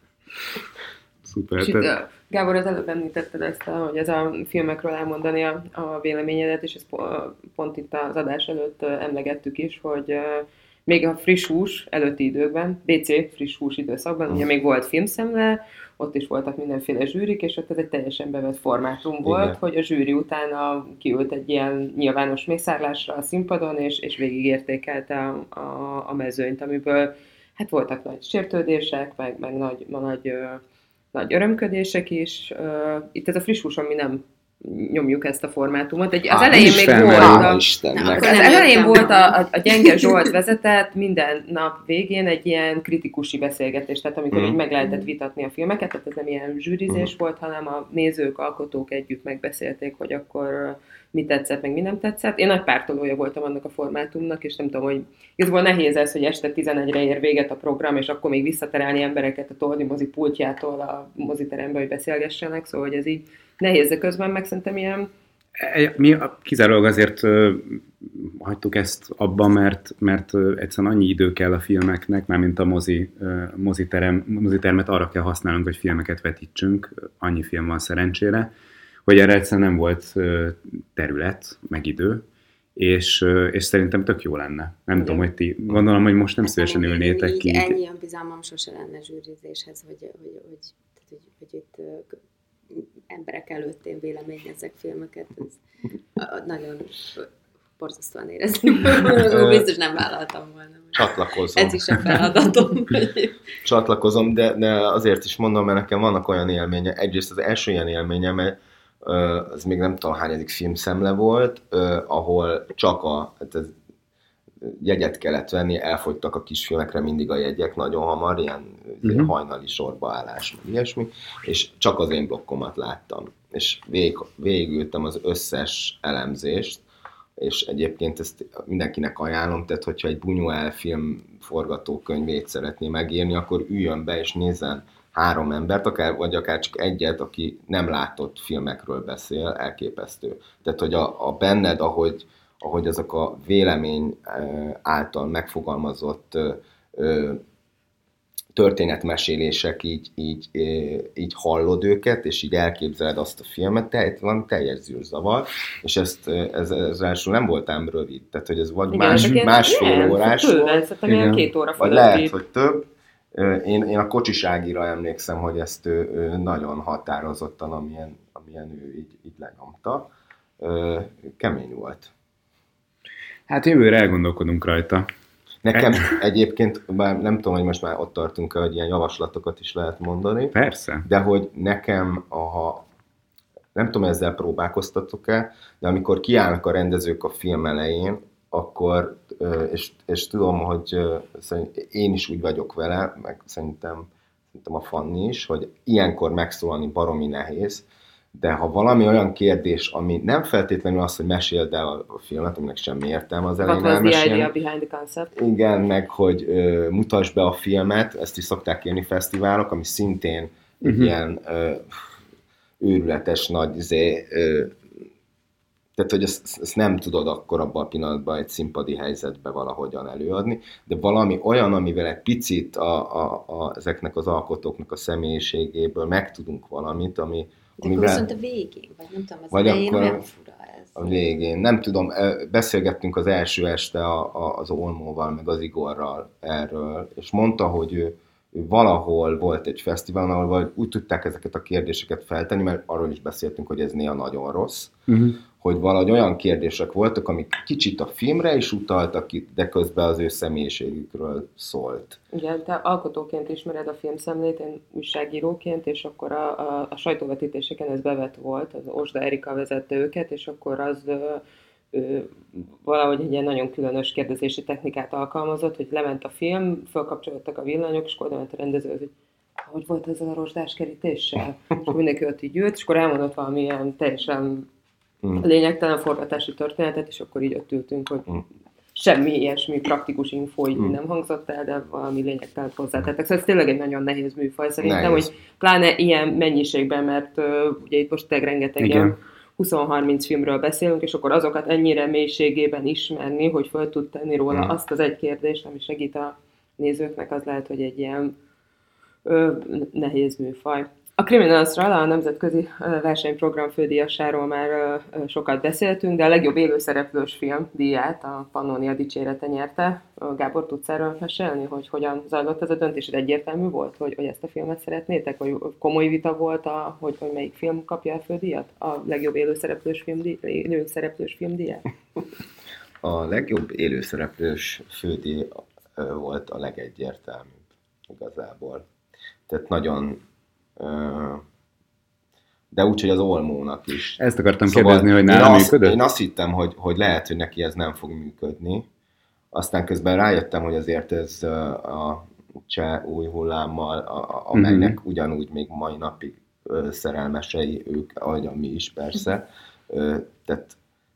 Szuper. Gábor, az előbb említetted ezt, hogy ez a filmekről elmondani a véleményedet, és ezt pont itt az adás előtt emlegettük is, hogy még a friss hús előtti időkben, BC friss hús időszakban, ugye még volt filmszemle, ott is voltak mindenféle zsűrik, és ott ez egy teljesen bevett formátum volt, igen, hogy a zsűri utána kiült egy ilyen nyilvános mészárlásra a színpadon, és végigértékelte a mezőnyt, amiből hát voltak nagy sértődések, meg nagy örömködések is. Itt ez a friss húson mi nem nyomjuk ezt a formátumot. Az elején még volt az elején volt a Gyenge Zsolt vezetett minden nap végén egy ilyen kritikusi beszélgetés, tehát amikor így meg lehetett vitatni a filmeket, tehát ez nem ilyen zsűrizés volt, hanem a nézők, alkotók együtt megbeszélték, hogy akkor mi tetszett, meg mi nem tetszett. Én nagy pártolója voltam annak a formátumnak, és nem tudom, hogy igazából nehéz ez, hogy este 11-re ér véget a program, és akkor még visszaterelni embereket a Toldi mozi pultjától a moziterembe, hogy beszélgessenek, szóval hogy ez így nehéz, de közben meg szerintem ilyen... Mi kizárólag azért hagytuk ezt abban, mert egyszerűen annyi idő kell a filmeknek, mármint a mozitermet arra kell használnunk, hogy filmeket vetítsünk, annyi film van szerencsére, hogy erre egyszerűen nem volt terület, meg idő, és szerintem tök jó lenne. Nem tudom, hogy ti, gondolom, hogy most nem szívesen ülnétek ki. Ennyi önbizalmam sose lenne zsűrizéshez, hogy itt emberek előtt én véleményezzek filmeket. Ez nagyon borzasztóan érezni. Biztos nem vállaltam volna. Csatlakozom. Ez is a feladatom. Csatlakozom, de azért is mondom, mert nekem vannak olyan élménye. Egyrészt az első ilyen élményem, az még nem tudom hányadik filmszemle volt, ahol csak jegyet kellett venni, elfogytak a kisfilmekre mindig a jegyek nagyon hamar, ilyen hajnali sorbaállás, meg ilyesmi, és csak az én blokkomat láttam. És végigültem az összes elemzést, és egyébként ezt mindenkinek ajánlom, tehát hogyha egy Buñuel film forgatókönyvét szeretné megírni, akkor üljön be és nézzen 3 embert, vagy akár csak egyet, aki nem látott filmekről beszél, elképesztő. Tehát, hogy a benned, ahogy azok a vélemény által megfogalmazott történetmesélések így hallod őket, és így elképzeled azt a filmet, tehát valami teljes zűrzavar, és ez ráadásul nem volt ám rövid, tehát hogy ez vagy másfél órás volt, szerintem 2 óra vagy lehet, hogy több. Én a Kocsiságira emlékszem, hogy ezt ő nagyon határozottan, amilyen ő így lenyomta. Kemény volt. Hát jövőre elgondolkodunk rajta. Nekem egyébként, bár nem tudom, hogy most már ott tartunk, hogy ilyen javaslatokat is lehet mondani. Persze. De hogy nekem, nem tudom, ezzel próbálkoztatok-e, de amikor kiállnak a rendezők a film elején, akkor, és tudom, hogy én is úgy vagyok vele, meg szerintem a Fanni is, hogy ilyenkor megszólalni baromi nehéz, de ha valami olyan kérdés, ami nem feltétlenül az, hogy meséld el a filmet, aminek semmi értelme az elején elmesélni. What was the idea behind the concept? Igen, meg hogy mutasd be a filmet, ezt is szokták írni fesztiválok, ami szintén egy ilyen őrületes nagy tehát, hogy ezt nem tudod akkor abban a pillanatban egy színpadi helyzetben valahogyan előadni, de valami olyan, amivel egy picit ezeknek az alkotóknak a személyiségéből megtudunk valamit, de akkor viszont a végén, vagy nem tudom, az elején olyan fura ez. a végén. Nem tudom, beszélgettünk az első este az Olmóval, meg az Igorral erről, és mondta, hogy ő valahol volt egy fesztiválon, ahol úgy tudták ezeket a kérdéseket feltenni, mert arról is beszéltünk, hogy ez néha nagyon rossz, hogy valahogy olyan kérdések voltak, amik kicsit a filmre is utaltak, de közben az ő személyiségükről szólt. Igen, te alkotóként ismered a filmszemlét, én újságíróként, és akkor a sajtóvetítéseken ez bevett volt, az Osda Erika vezette őket, és akkor az valahogy egy ilyen nagyon különös kérdezési technikát alkalmazott, hogy lement a film, fölkapcsolódtak a villanyok, és akkor oda ment a rendező, hogy volt ezzel a rozsdás kerítéssel? És mindenki ott így ült, és akkor elmondott valamilyen teljesen lényegtelen forgatási történetet, és akkor így ott ültünk, hogy semmi ilyesmi praktikus info így nem hangzott el, de valami lényegtelen hozzátettek. Szóval ez tényleg egy nagyon nehéz műfaj szerintem, hogy pláne ilyen mennyiségben, mert ugye itt most rengeteg ilyen 20-30 filmről beszélünk, és akkor azokat ennyire mélységében ismerni, hogy föl tud tenni róla azt az egy kérdést, ami segít a nézőknek, az lehet, hogy egy ilyen nehéz műfaj. A Criminalsról, a nemzetközi versenyprogram fődíjasáról már sokat beszéltünk, de a legjobb élőszereplős film díját a Pannónia dicsérete nyerte. Gábor, tudsz erről mesélni, hogy hogyan zajlott ez a döntés? Ez egyértelmű volt, hogy ezt a filmet szeretnétek? Vagy komoly vita volt, hogy melyik film kapja a fődíjat? A legjobb élőszereplős film díját? A legjobb élőszereplős fődíj volt a legegyértelműbb igazából. Tehát nagyon... de úgy, hogy az Olmónak is. Ezt akartam kérdezni, hogy nálam működött? Én azt hittem, hogy lehet, hogy neki ez nem fog működni. Aztán közben rájöttem, hogy azért ez a Cseh új hullámmal, amelynek ugyanúgy még mai napig szerelmesei ők, ahogyan mi is persze. Tehát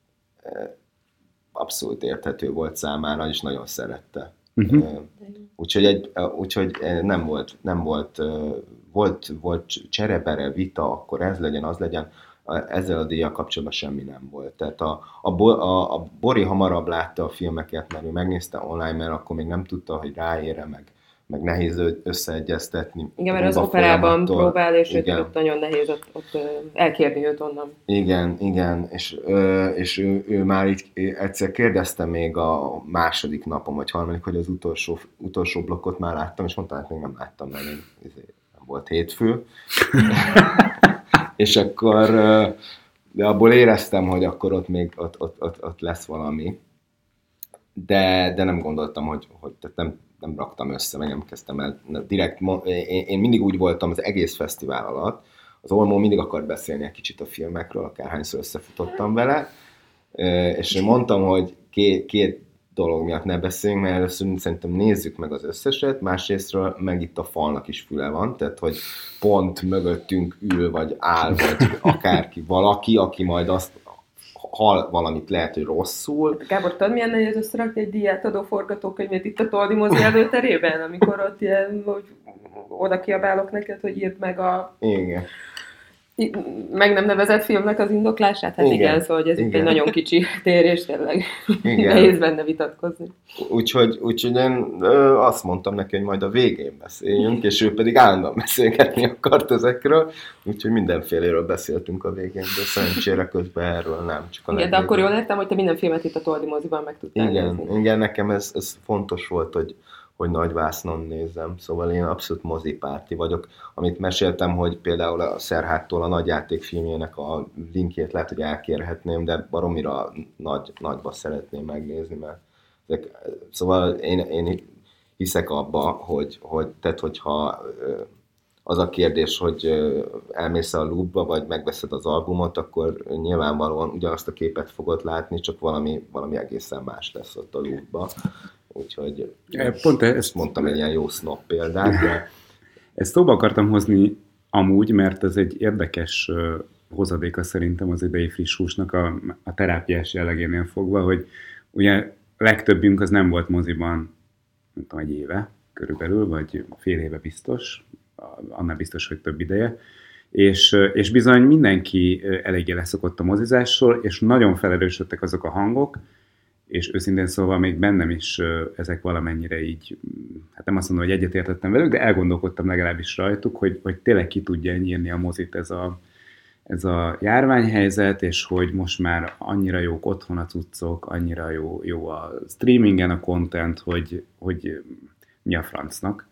abszolút érthető volt számára, és nagyon szerette. Úgyhogy nem volt cserebere, vita, akkor ez legyen, az legyen, ezzel a díjjal kapcsolatban semmi nem volt. Tehát a Bori hamarabb látta a filmeket, mert ő megnézte online, mert akkor még nem tudta, hogy ráére, meg nehéz összeegyeztetni. Igen, mert az operában próbál, és őt nagyon nehéz ott elkérni őt onnan. Igen, és ő már így egyszer kérdezte még a második napom, vagy harmadik, hogy az utolsó blokkot már láttam, és mondta, hogy még nem láttam, mert nem volt hétfő. És akkor, de abból éreztem, hogy akkor ott még ott lesz valami. De nem gondoltam, hogy tehát nem raktam össze, meg nem kezdtem el direkt. Én mindig úgy voltam az egész fesztivál alatt, az Olmó mindig akart beszélni egy kicsit a filmekről, akárhányszor összefutottam vele, és én mondtam, hogy két dolog miatt ne beszéljünk, mert először szerintem nézzük meg az összeset, másrésztről meg itt a falnak is füle van, tehát hogy pont mögöttünk ül, vagy áll, vagy akárki, valaki, aki majd azt hall valamit, lehet, hogy rosszul. Gábor, tudod, milyen nehéz összerakni egy díjátadó forgatókönyvet itt a Toldi mozi előterében, amikor ott ilyen, hogy oda kiabálok neked, hogy írd meg a... Igen. Meg nem nevezett filmnek az indoklását? Hát igen, szóval hogy ez itt egy nagyon kicsi tér, és tényleg nehéz benne vitatkozni. Úgyhogy én azt mondtam neki, hogy majd a végén beszéljünk, és ő pedig állandóan beszélgetni akart ezekről, úgyhogy mindenféléről beszéltünk a végén, de szerencsére közben erről nem. Csak igen, de akkor jól értem, hogy te minden filmet itt a Toldi moziban meg tudtál nézni. Igen, nekem ez fontos volt, hogy nagyvásznon nézzem, szóval én abszolút mozipárti vagyok. Amit meséltem, hogy például a Szerháttól a nagyjáték filmjének a linkjét lehet, hogy elkérhetném, de baromira nagyba szeretném megnézni, mert szóval én hiszek abba, hogy tehát hogyha az a kérdés, hogy elmész a Louvre-ba, vagy megveszed az albumot, akkor nyilvánvalóan ugyanazt a képet fogod látni, csak valami egészen más lesz ott a Louvre-ba. Úgyhogy pont ezt mondtam egy ilyen jó snob példát. De... Ezt szóba akartam hozni amúgy, mert ez egy érdekes hozadéka szerintem az idei friss húsnak a terápiás jellegénél fogva, hogy ugye legtöbbünk az nem volt moziban, nem tudom, egy éve körülbelül, vagy fél éve biztos, annál biztos, hogy több ideje, és bizony mindenki eléggé leszokott a mozizásról, és nagyon felerősödtek azok a hangok, és őszintén szóval még bennem is ezek valamennyire így, hát nem azt mondom, hogy egyetértettem velük, de elgondolkodtam legalábbis rajtuk, hogy tényleg ki tudja nyírni a mozit ez a járványhelyzet, és hogy most már annyira jók otthon a cuccok, annyira jó a streamingen a content, hogy mi a francnak.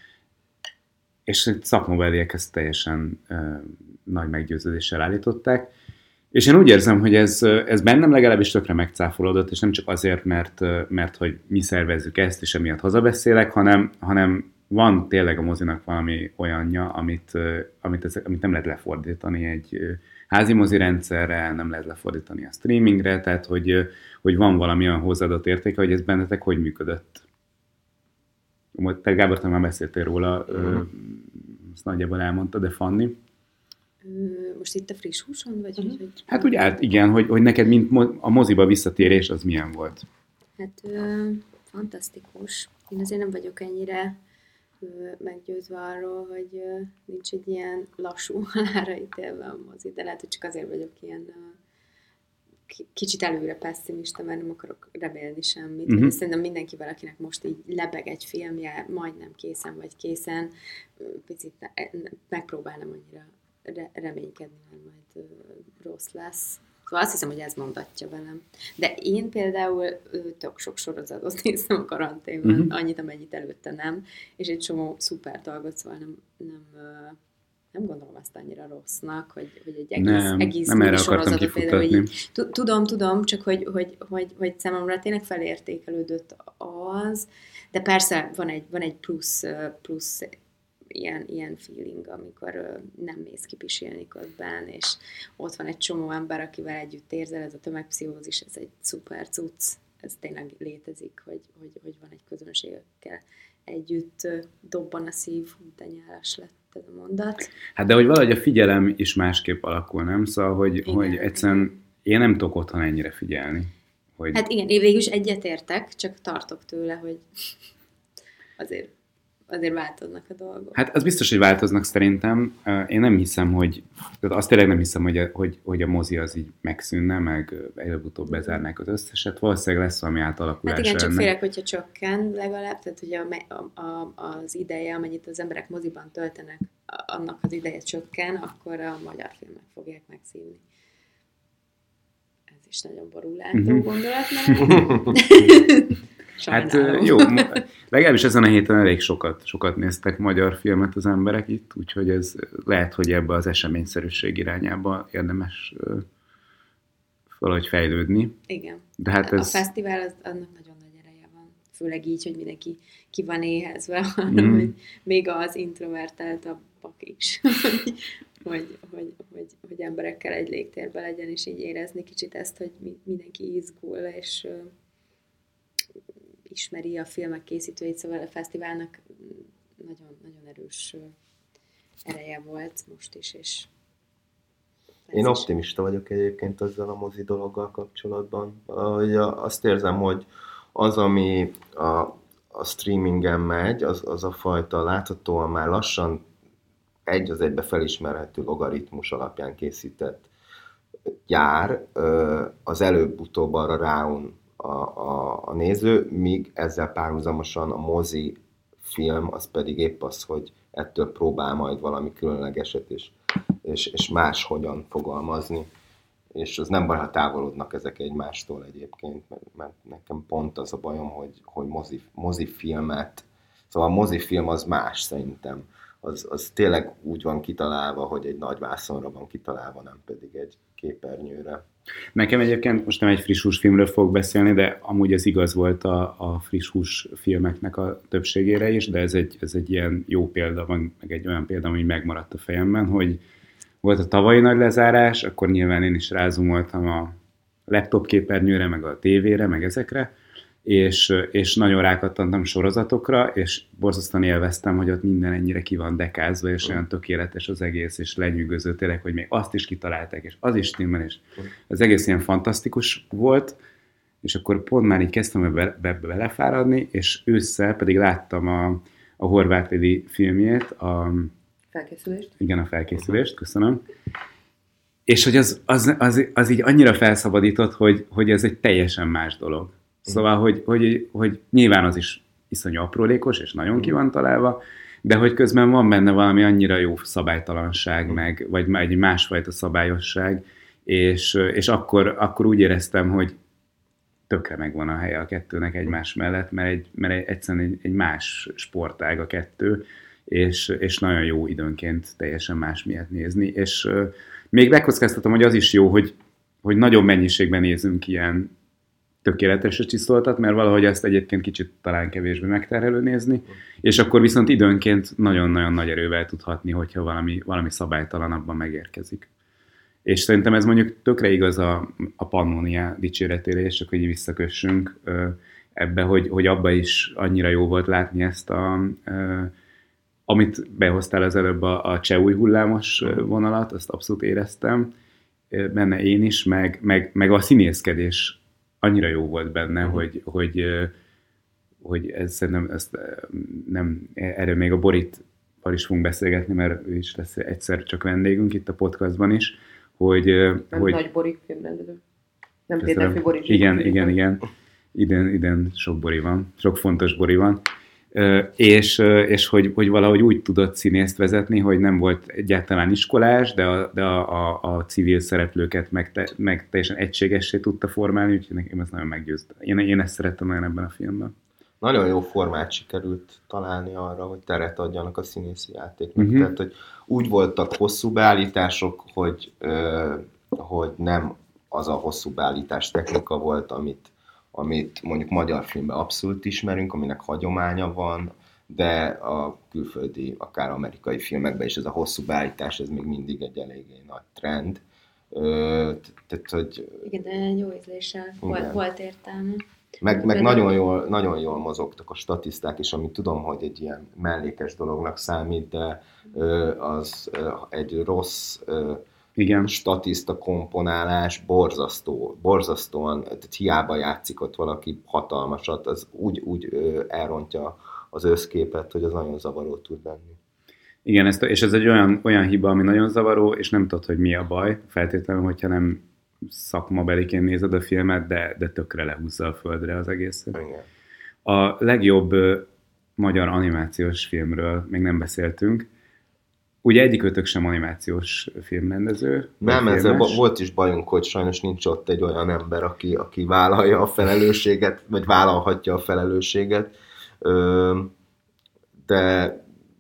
És szakmabeliek ezt teljesen nagy meggyőződéssel állították. És én úgy érzem, hogy ez bennem legalábbis tökre megcáfolódott, és nem csak azért, mert hogy mi szervezzük ezt, és emiatt hazabeszélek, hanem van tényleg a mozinak valami olyanja, amit nem lehet lefordítani egy házi mozi rendszerre, nem lehet lefordítani a streamingre, tehát hogy van valami olyan hozzáadott értéke, hogy ez bennetek hogy működött. Te Gábor, te már beszéltél róla, ezt nagyjából elmondta, de Fanni? Most itt a friss húson? Vagy hogy... Hát úgy igen, hogy neked mint a moziba visszatérés az milyen volt? Hát fantasztikus. Én azért nem vagyok ennyire meggyőzve arról, hogy nincs egy ilyen lassú halálra ítélve a mozi, de lehet, hogy csak azért vagyok ilyen kicsit előre pessimista, mert nem akarok remélni semmit. Uh-huh. Szerintem mindenkivel, akinek most így lebeg egy filmje, majdnem készen vagy készen, picit megpróbál nem annyira reménykedni, mert majd rossz lesz. Szóval azt hiszem, hogy ez mondatja velem. De én például tök sok sorozatot néztem a karanténban, annyit, amennyit előtte nem, és egy csomó szuper dolgot, szóval nem gondolom azt annyira rossznak, hogy egy egész sorozatot például, hogy így, tudom, csak hogy számomra tényleg felértékelődött az, de persze van egy plusz ilyen feeling, amikor nem mész ki pisilni közben, és ott van egy csomó ember, akivel együtt érzel, ez a tömegpszichózis, ez egy szuper cucc, ez tényleg létezik, hogy van egy közönségekkel együtt dobban a szív, de nyálas lett ez a mondat. Hát de hogy valahogy a figyelem is másképp alakul, nem? Szóval, hogy egyszerűen én nem tudok otthon ennyire figyelni. Hogy... Hát igen, én végül is egyetértek, csak tartok tőle, hogy azért változnak a dolgok. Hát az biztos, hogy változnak szerintem. Én nem hiszem, azt tényleg nem hiszem, hogy a mozi az így megszűnne, meg előbb-utóbb bezárnák az összeset. Valószínűleg lesz valami átalakulás. Hát igen, csak félek, hogyha csökken legalább, tehát hogy az ideje, amennyit az emberek moziban töltenek, annak az ideje csökken, akkor a magyar filmek fogják megszívni. Ez is nagyon borulátó gondolat, mert... Hát jó, legalábbis ezen a héten elég sokat néztek magyar filmet az emberek itt, úgyhogy ez lehet, hogy ebbe az eseményszerűség irányába érdemes valahogy fejlődni. Igen. De hát a fesztivál annak nagyon nagy ereje van. Főleg így, hogy mindenki ki van éhezve, hogy még az introvertáltabbak is. hogy emberekkel egy légtérben legyen, és így érezni kicsit ezt, hogy mindenki izgul, és ismeri a filmek készítőit, szóval a fesztiválnak nagyon, nagyon erős ereje volt most is, és én optimista vagyok egyébként ezzel a mozi dologgal kapcsolatban. Azt érzem, hogy az, ami a streamingen megy, az a fajta láthatóan már lassan egy az egybe felismerhető logaritmus alapján készített gyár, az előbb-utóbb arra ráun a néző, míg ezzel párhuzamosan a mozi film az pedig épp az, hogy ettől próbál majd valami különlegeset és máshogyan fogalmazni. És az nem baj, ha távolodnak ezek egymástól egyébként, mert nekem pont az a bajom, hogy mozifilmet, szóval a mozifilm az más szerintem. Az tényleg úgy van kitalálva, hogy egy nagy vászonra van kitalálva, nem pedig egy képernyőre. Nekem egyébként most nem egy friss hús filmről fogok beszélni, de amúgy ez igaz volt a friss hús filmeknek a többségére is, de ez egy ilyen jó példa, meg egy olyan példa, ami megmaradt a fejemben, hogy volt a tavalyi nagy lezárás, akkor nyilván én is rázumoltam a laptop képernyőre, meg a tévére, meg ezekre, és nagyon rákattantam sorozatokra, és borzasztóan élveztem, hogy ott minden ennyire ki van dekázva, és olyan tökéletes az egész, és lenyűgöző tényleg, hogy még azt is kitalálták, és az is stimmel, és az egész ilyen fantasztikus volt, és akkor pont már így kezdtem belefáradni, és ősszel pedig láttam a Horváth Lili filmjét, a Felkészülést. Igen, a felkészülést, köszönöm. És hogy az így annyira felszabadított, hogy ez egy teljesen más dolog. Szóval, hogy nyilván az is iszonyú aprólékos, és nagyon ki van találva, de hogy közben van benne valami annyira jó szabálytalanság, vagy egy másfajta szabályosság, és akkor úgy éreztem, hogy tökre megvan a helye a kettőnek egymás mellett, mert egyszerűen egy más sportág a kettő, és nagyon jó időnként teljesen más miatt nézni, és még megkockáztatom, hogy az is jó, hogy nagyon mennyiségben nézünk ilyen tökéletesre csiszoltat, mert valahogy ezt egyébként kicsit talán kevésbé megterhelő nézni, és akkor viszont időnként nagyon-nagyon nagy erővel tud hatni, hogyha valami szabálytalanabban megérkezik. És szerintem ez mondjuk tökre igaz a Pannonia dicséretére, és csak hogy visszakössünk ebbe, hogy abba is annyira jó volt látni ezt amit behoztál az előbb a cseh új hullámos vonalat, azt abszolút éreztem benne én is, meg a színészkedés annyira jó volt benne, hogy ez szerintem ezt nem, erről még a Boritval is fogunk beszélgetni, mert ő is lesz egyszer csak vendégünk itt a podcastban is, hogy nagy Bori filmrendező. Nem Péterfi Bori. Igen. Idén sok Bori van, sok fontos Bori van. És hogy valahogy úgy tudott színészt vezetni, hogy nem volt egyáltalán iskolás, de a civil szereplőket meg teljesen egységessé tudta formálni, úgyhogy nekem ez nagyon meggyőzte. Én ezt szerettem nagyon ebben a filmben. Nagyon jó formát sikerült találni arra, hogy teret adjanak a színészi játéknak. Tehát, hogy úgy voltak hosszú beállítások, hogy nem az a hosszú beállítás technika volt, amit mondjuk magyar filmben abszolút ismerünk, aminek hagyománya van, de a külföldi, akár amerikai filmekben is ez a hosszú beállítás, ez még mindig egy eléggé nagy trend. Tehát, hogy... Igen, de jó ízléssel volt értelme. Meg nagyon jól mozogtak a statiszták is, amit tudom, hogy egy ilyen mellékes dolognak számít, de az egy rossz statiszta komponálás, borzasztóan, tehát hiába játszik ott valaki hatalmasat, az úgy elrontja az összképet, hogy az nagyon zavaró tud lenni. Igen, és ez egy olyan hiba, ami nagyon zavaró, és nem tudod, hogy mi a baj, feltétlenül, hogyha nem szakmabeliként nézed a filmet, de tökre lehúzza a földre az egészet. Igen. A legjobb magyar animációs filmről még nem beszéltünk. Ugye egyikőtök sem animációs filmrendező? Nem, ezzel volt is bajunk, hogy sajnos nincs ott egy olyan ember, aki vállalja a felelősséget, vagy vállalhatja a felelősséget. De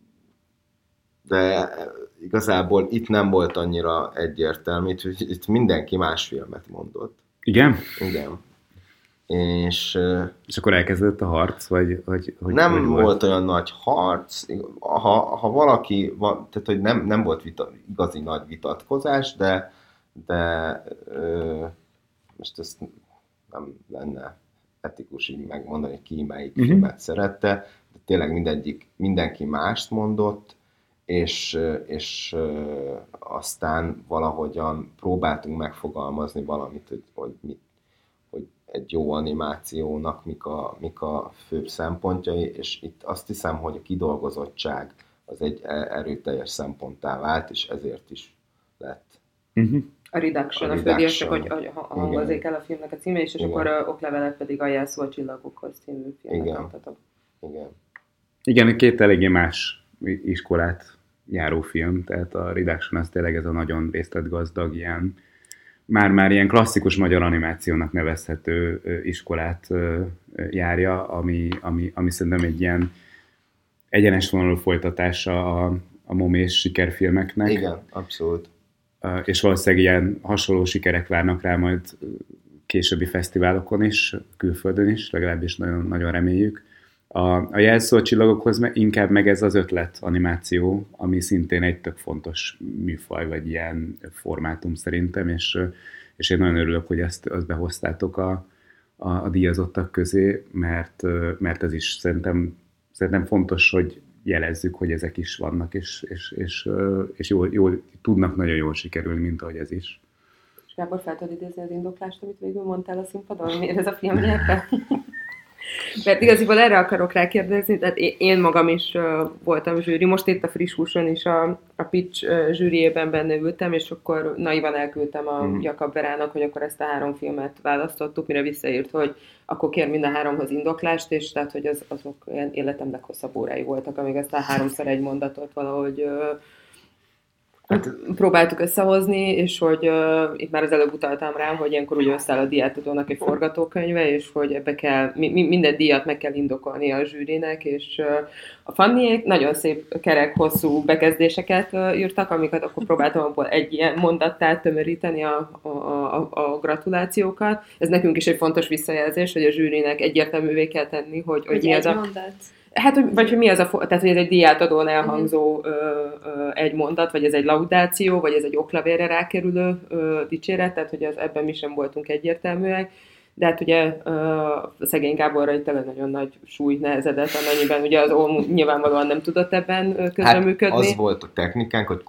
igazából itt nem volt annyira egyértelmű, itt mindenki más filmet mondott. Igen? Igen. És akkor elkezdődött a harc, vagy nem volt olyan nagy harc, ha valaki, tehát hogy nem volt igazi nagy vitatkozás, de most ezt nem lenne etikus így megmondani, ki melyik filmet szerette, de tényleg mindenki mást mondott, és aztán valahogyan próbáltunk megfogalmazni valamit, hogy egy jó animációnak mik a főbb szempontjai, és itt azt hiszem, hogy a kidolgozottság az egy erőteljes szemponttá vált, és ezért is lett. A Reduction, a fődíjas, csak hogy hangozzék el a filmnek a címe, és akkor oklevelet pedig a Jelszó a csillagokhoz című filmet mondhatok. Igen, két eléggé más iskolát járó film, tehát a Reduction az tényleg ez a nagyon részletgazdag, ilyen már ilyen klasszikus magyar animációnak nevezhető iskolát járja, ami szerintem egy ilyen egyenes vonalú folytatása a momés sikerfilmeknek. Igen, abszolút. És valószínűleg ilyen hasonló sikerek várnak rá majd későbbi fesztiválokon is, külföldön is, legalábbis nagyon, nagyon reméljük. A Jelszó a csillagokhoz inkább meg ez az ötlet animáció, ami szintén egy tök fontos műfaj, vagy ilyen formátum szerintem, és én nagyon örülök, hogy ezt behoztátok a díjazottak közé, mert ez is szerintem fontos, hogy jelezzük, hogy ezek is vannak, és jól tudnak nagyon jól sikerülni, mint ahogy ez is. És Gábor, fel tudod idézni az indoklást, amit végül mondtál a színpadon? Miért ez a film nyerte? Mert igaziból erre akarok rákérdezni, tehát én magam is voltam zsűri, most itt a Friss Húson is a Pitch zsűriében benne ültem, és akkor naivan elküldtem a Jakab Verának, hogy akkor ezt a 3 filmet választottuk, mire visszaírt, hogy akkor kér mind a 3-hoz indoklást, és tehát, hogy azok ilyen életem leghosszabb órái voltak, amíg ezt a 3x egy mondatot valahogy próbáltuk összehozni, és hogy itt már az előbb utaltam rá, hogy ilyenkor úgy összeáll a díjátadónak egy forgatókönyve, és hogy ebbe kell, minden díjat meg kell indokolni a zsűrinek, és a Fanniék nagyon szép, kerek, hosszú bekezdéseket írtak, amiket akkor próbáltam abból egy ilyen mondattá tömöríteni a gratulációkat. Ez nekünk is egy fontos visszajelzés, hogy a zsűrinek egyértelművé kell tenni, hogy mi az a... mondat. Hát, vagy hogy mi az tehát hogy ez egy díjátadón elhangzó egy mondat, vagy ez egy laudáció, vagy ez egy oklavérre rákerülő dicséret, tehát hogy ebben mi sem voltunk egyértelműek. De hát ugye szegény Gáborra itt nagyon nagy súly nehezedett, amennyiben ugye az OM nyilvánvalóan nem tudott ebben közreműködni. Hát az volt a technikánk, hogy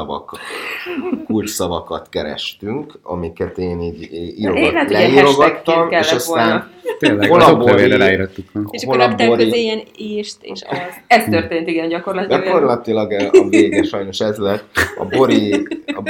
kulcsszavakat kerestünk, amiket én így leírogattam, és aztán tényleg, az oklavérre ráírtuk. És akkor raktál közé ilyen íst, és az. Ez történt, igen, gyakorlatilag. Gyakorlatilag a vége sajnos ez lett. A Bori...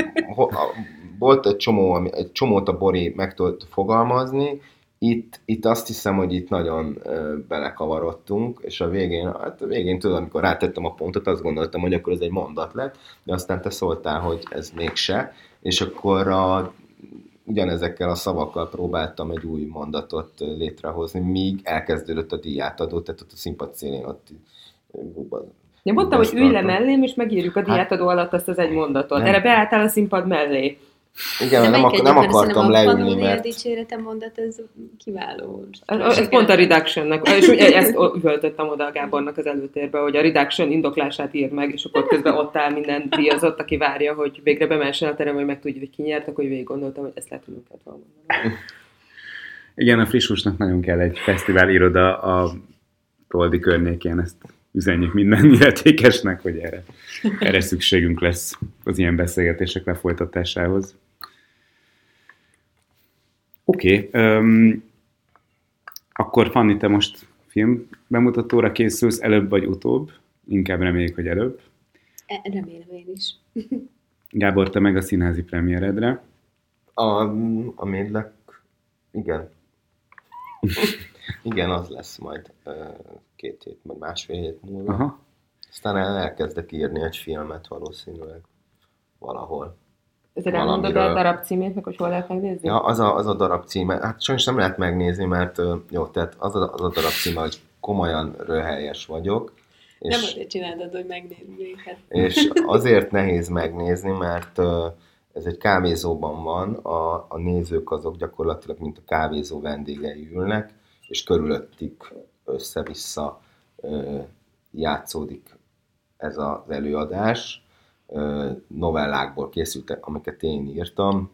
Volt egy csomót a Bori meg tudott fogalmazni, itt azt hiszem, hogy itt nagyon belekavarodtunk, és a végén tudod, amikor rátettem a pontot, azt gondoltam, hogy akkor ez egy mondat lett, de aztán te szóltál, hogy ez mégse, és akkor ugyanezekkel a szavakkal próbáltam egy új mondatot létrehozni, míg elkezdődött a díjátadó, tehát ott a színpad szélén ott... Én mondtam, hogy ülj le mellém, és megírjuk a díjátadó alatt azt az egy mondatot. Nem. Erre beálltál a színpad mellé. Igen, nem akartam leülni, mert... A dicséretem mondat, ez kiváló. Ez pont a Reduction-nek, és ezt üvöltöttem oda a Gábornak az előtérbe, hogy a Reduction indoklását ír meg, és akkor közben ott áll minden díjazott, aki várja, hogy végre bemessen a terem, hogy meg tudja, hogy ki nyert, akkor végig gondoltam, hogy ezt lehet, hogy kell mondani. Igen, a Friss Húsnak nagyon kell egy fesztivál iroda a Toldi környékén, ezt üzenjük minden illetékesnek, hogy erre szükségünk lesz az ilyen beszélgetések lefolytatásához. Oké. Akkor Fanni, te most film bemutatóra készülsz, előbb vagy utóbb? Inkább reméljük, hogy előbb. Remélem én is. Gábor, te meg a színházi premieredre. A Médlek, igen. Igen, az lesz majd 2 hét, vagy másfél hét múlva. Aha. Aztán elkezdek írni egy filmet valószínűleg valahol. Ezért elmondod a darab címét, meg hogy hol lehet megnézni? Ja, az a darab címe. Hát sajnos nem lehet megnézni, mert jó, tehát az a darab címe, hogy komolyan röhelyes vagyok. És, nem azért csináltad, hogy megnézni. Hát. És azért nehéz megnézni, mert ez egy kávézóban van, a nézők azok gyakorlatilag, mint a kávézó vendégei ülnek, és körülöttük össze-vissza játszódik ez az előadás. Novellákból készültek, amiket én írtam,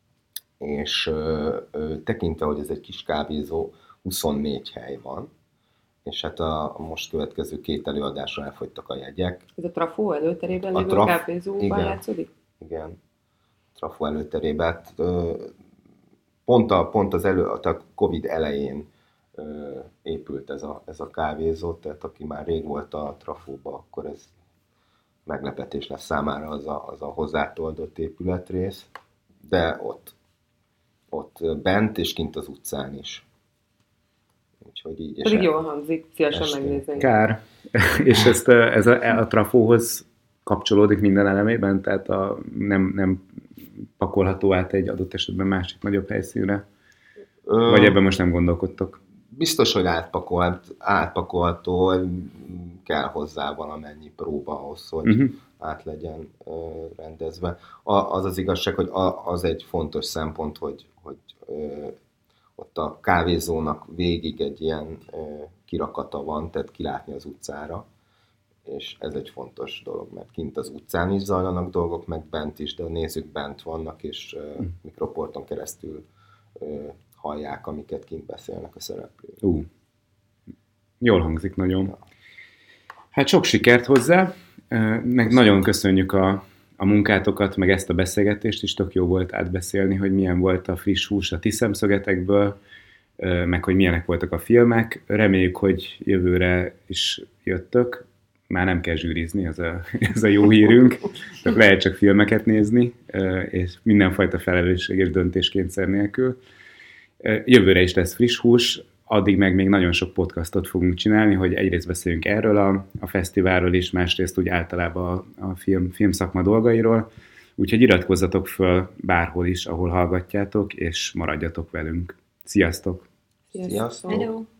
és tekintve, hogy ez egy kis kávézó, 24 hely van, és hát a most következő 2 előadásra elfogytak a jegyek. Ez a Trafó előterében lévő kávézóban játszódik? Igen, Trafó előterében. Pont a Covid elején épült ez a kávézó, tehát aki már rég volt a Trafóba, akkor ez meglepetés lesz számára az a hozzátoldott épületrész, de ott bent és kint az utcán is. Úgyhogy így. Pedig jól hangzik, szívesen megnézni. Kár. És ez a Trafóhoz kapcsolódik minden elemében, tehát nem pakolható át egy adott esetben másik nagyobb helyszínre? Vagy ebben most nem gondolkodtok? Biztos, hogy átpakolható, kell hozzá valamennyi próba ahhoz, hogy át legyen rendezve. Az igazság, hogy az egy fontos szempont, hogy ott a kávézónak végig egy ilyen kirakata van, tehát kilátni az utcára, és ez egy fontos dolog, mert kint az utcán is zajlanak dolgok, meg bent is, de a nézők bent vannak, és mikroporton keresztül hallják, amiket kint beszélnek a szereplők. Jól hangzik nagyon. Hát sok sikert hozzá, meg nagyon köszönjük a munkátokat, meg ezt a beszélgetést is, tök jó volt átbeszélni, hogy milyen volt a Friss Hús a ti szemszögetekből. meg hogy milyenek voltak a filmek. Reméljük, hogy jövőre is jöttök. Már nem kell zsűrizni, ez a jó hírünk. Tehát lehet csak filmeket nézni, és mindenfajta felelősség és döntéskényszer nélkül. Jövőre is lesz friss hús, addig meg még nagyon sok podcastot fogunk csinálni, hogy egyrészt beszéljünk erről a fesztiválról is, másrészt úgy általában a filmszakma dolgairól. Úgyhogy iratkozzatok föl bárhol is, ahol hallgatjátok, és maradjatok velünk. Sziasztok! Sziasztok!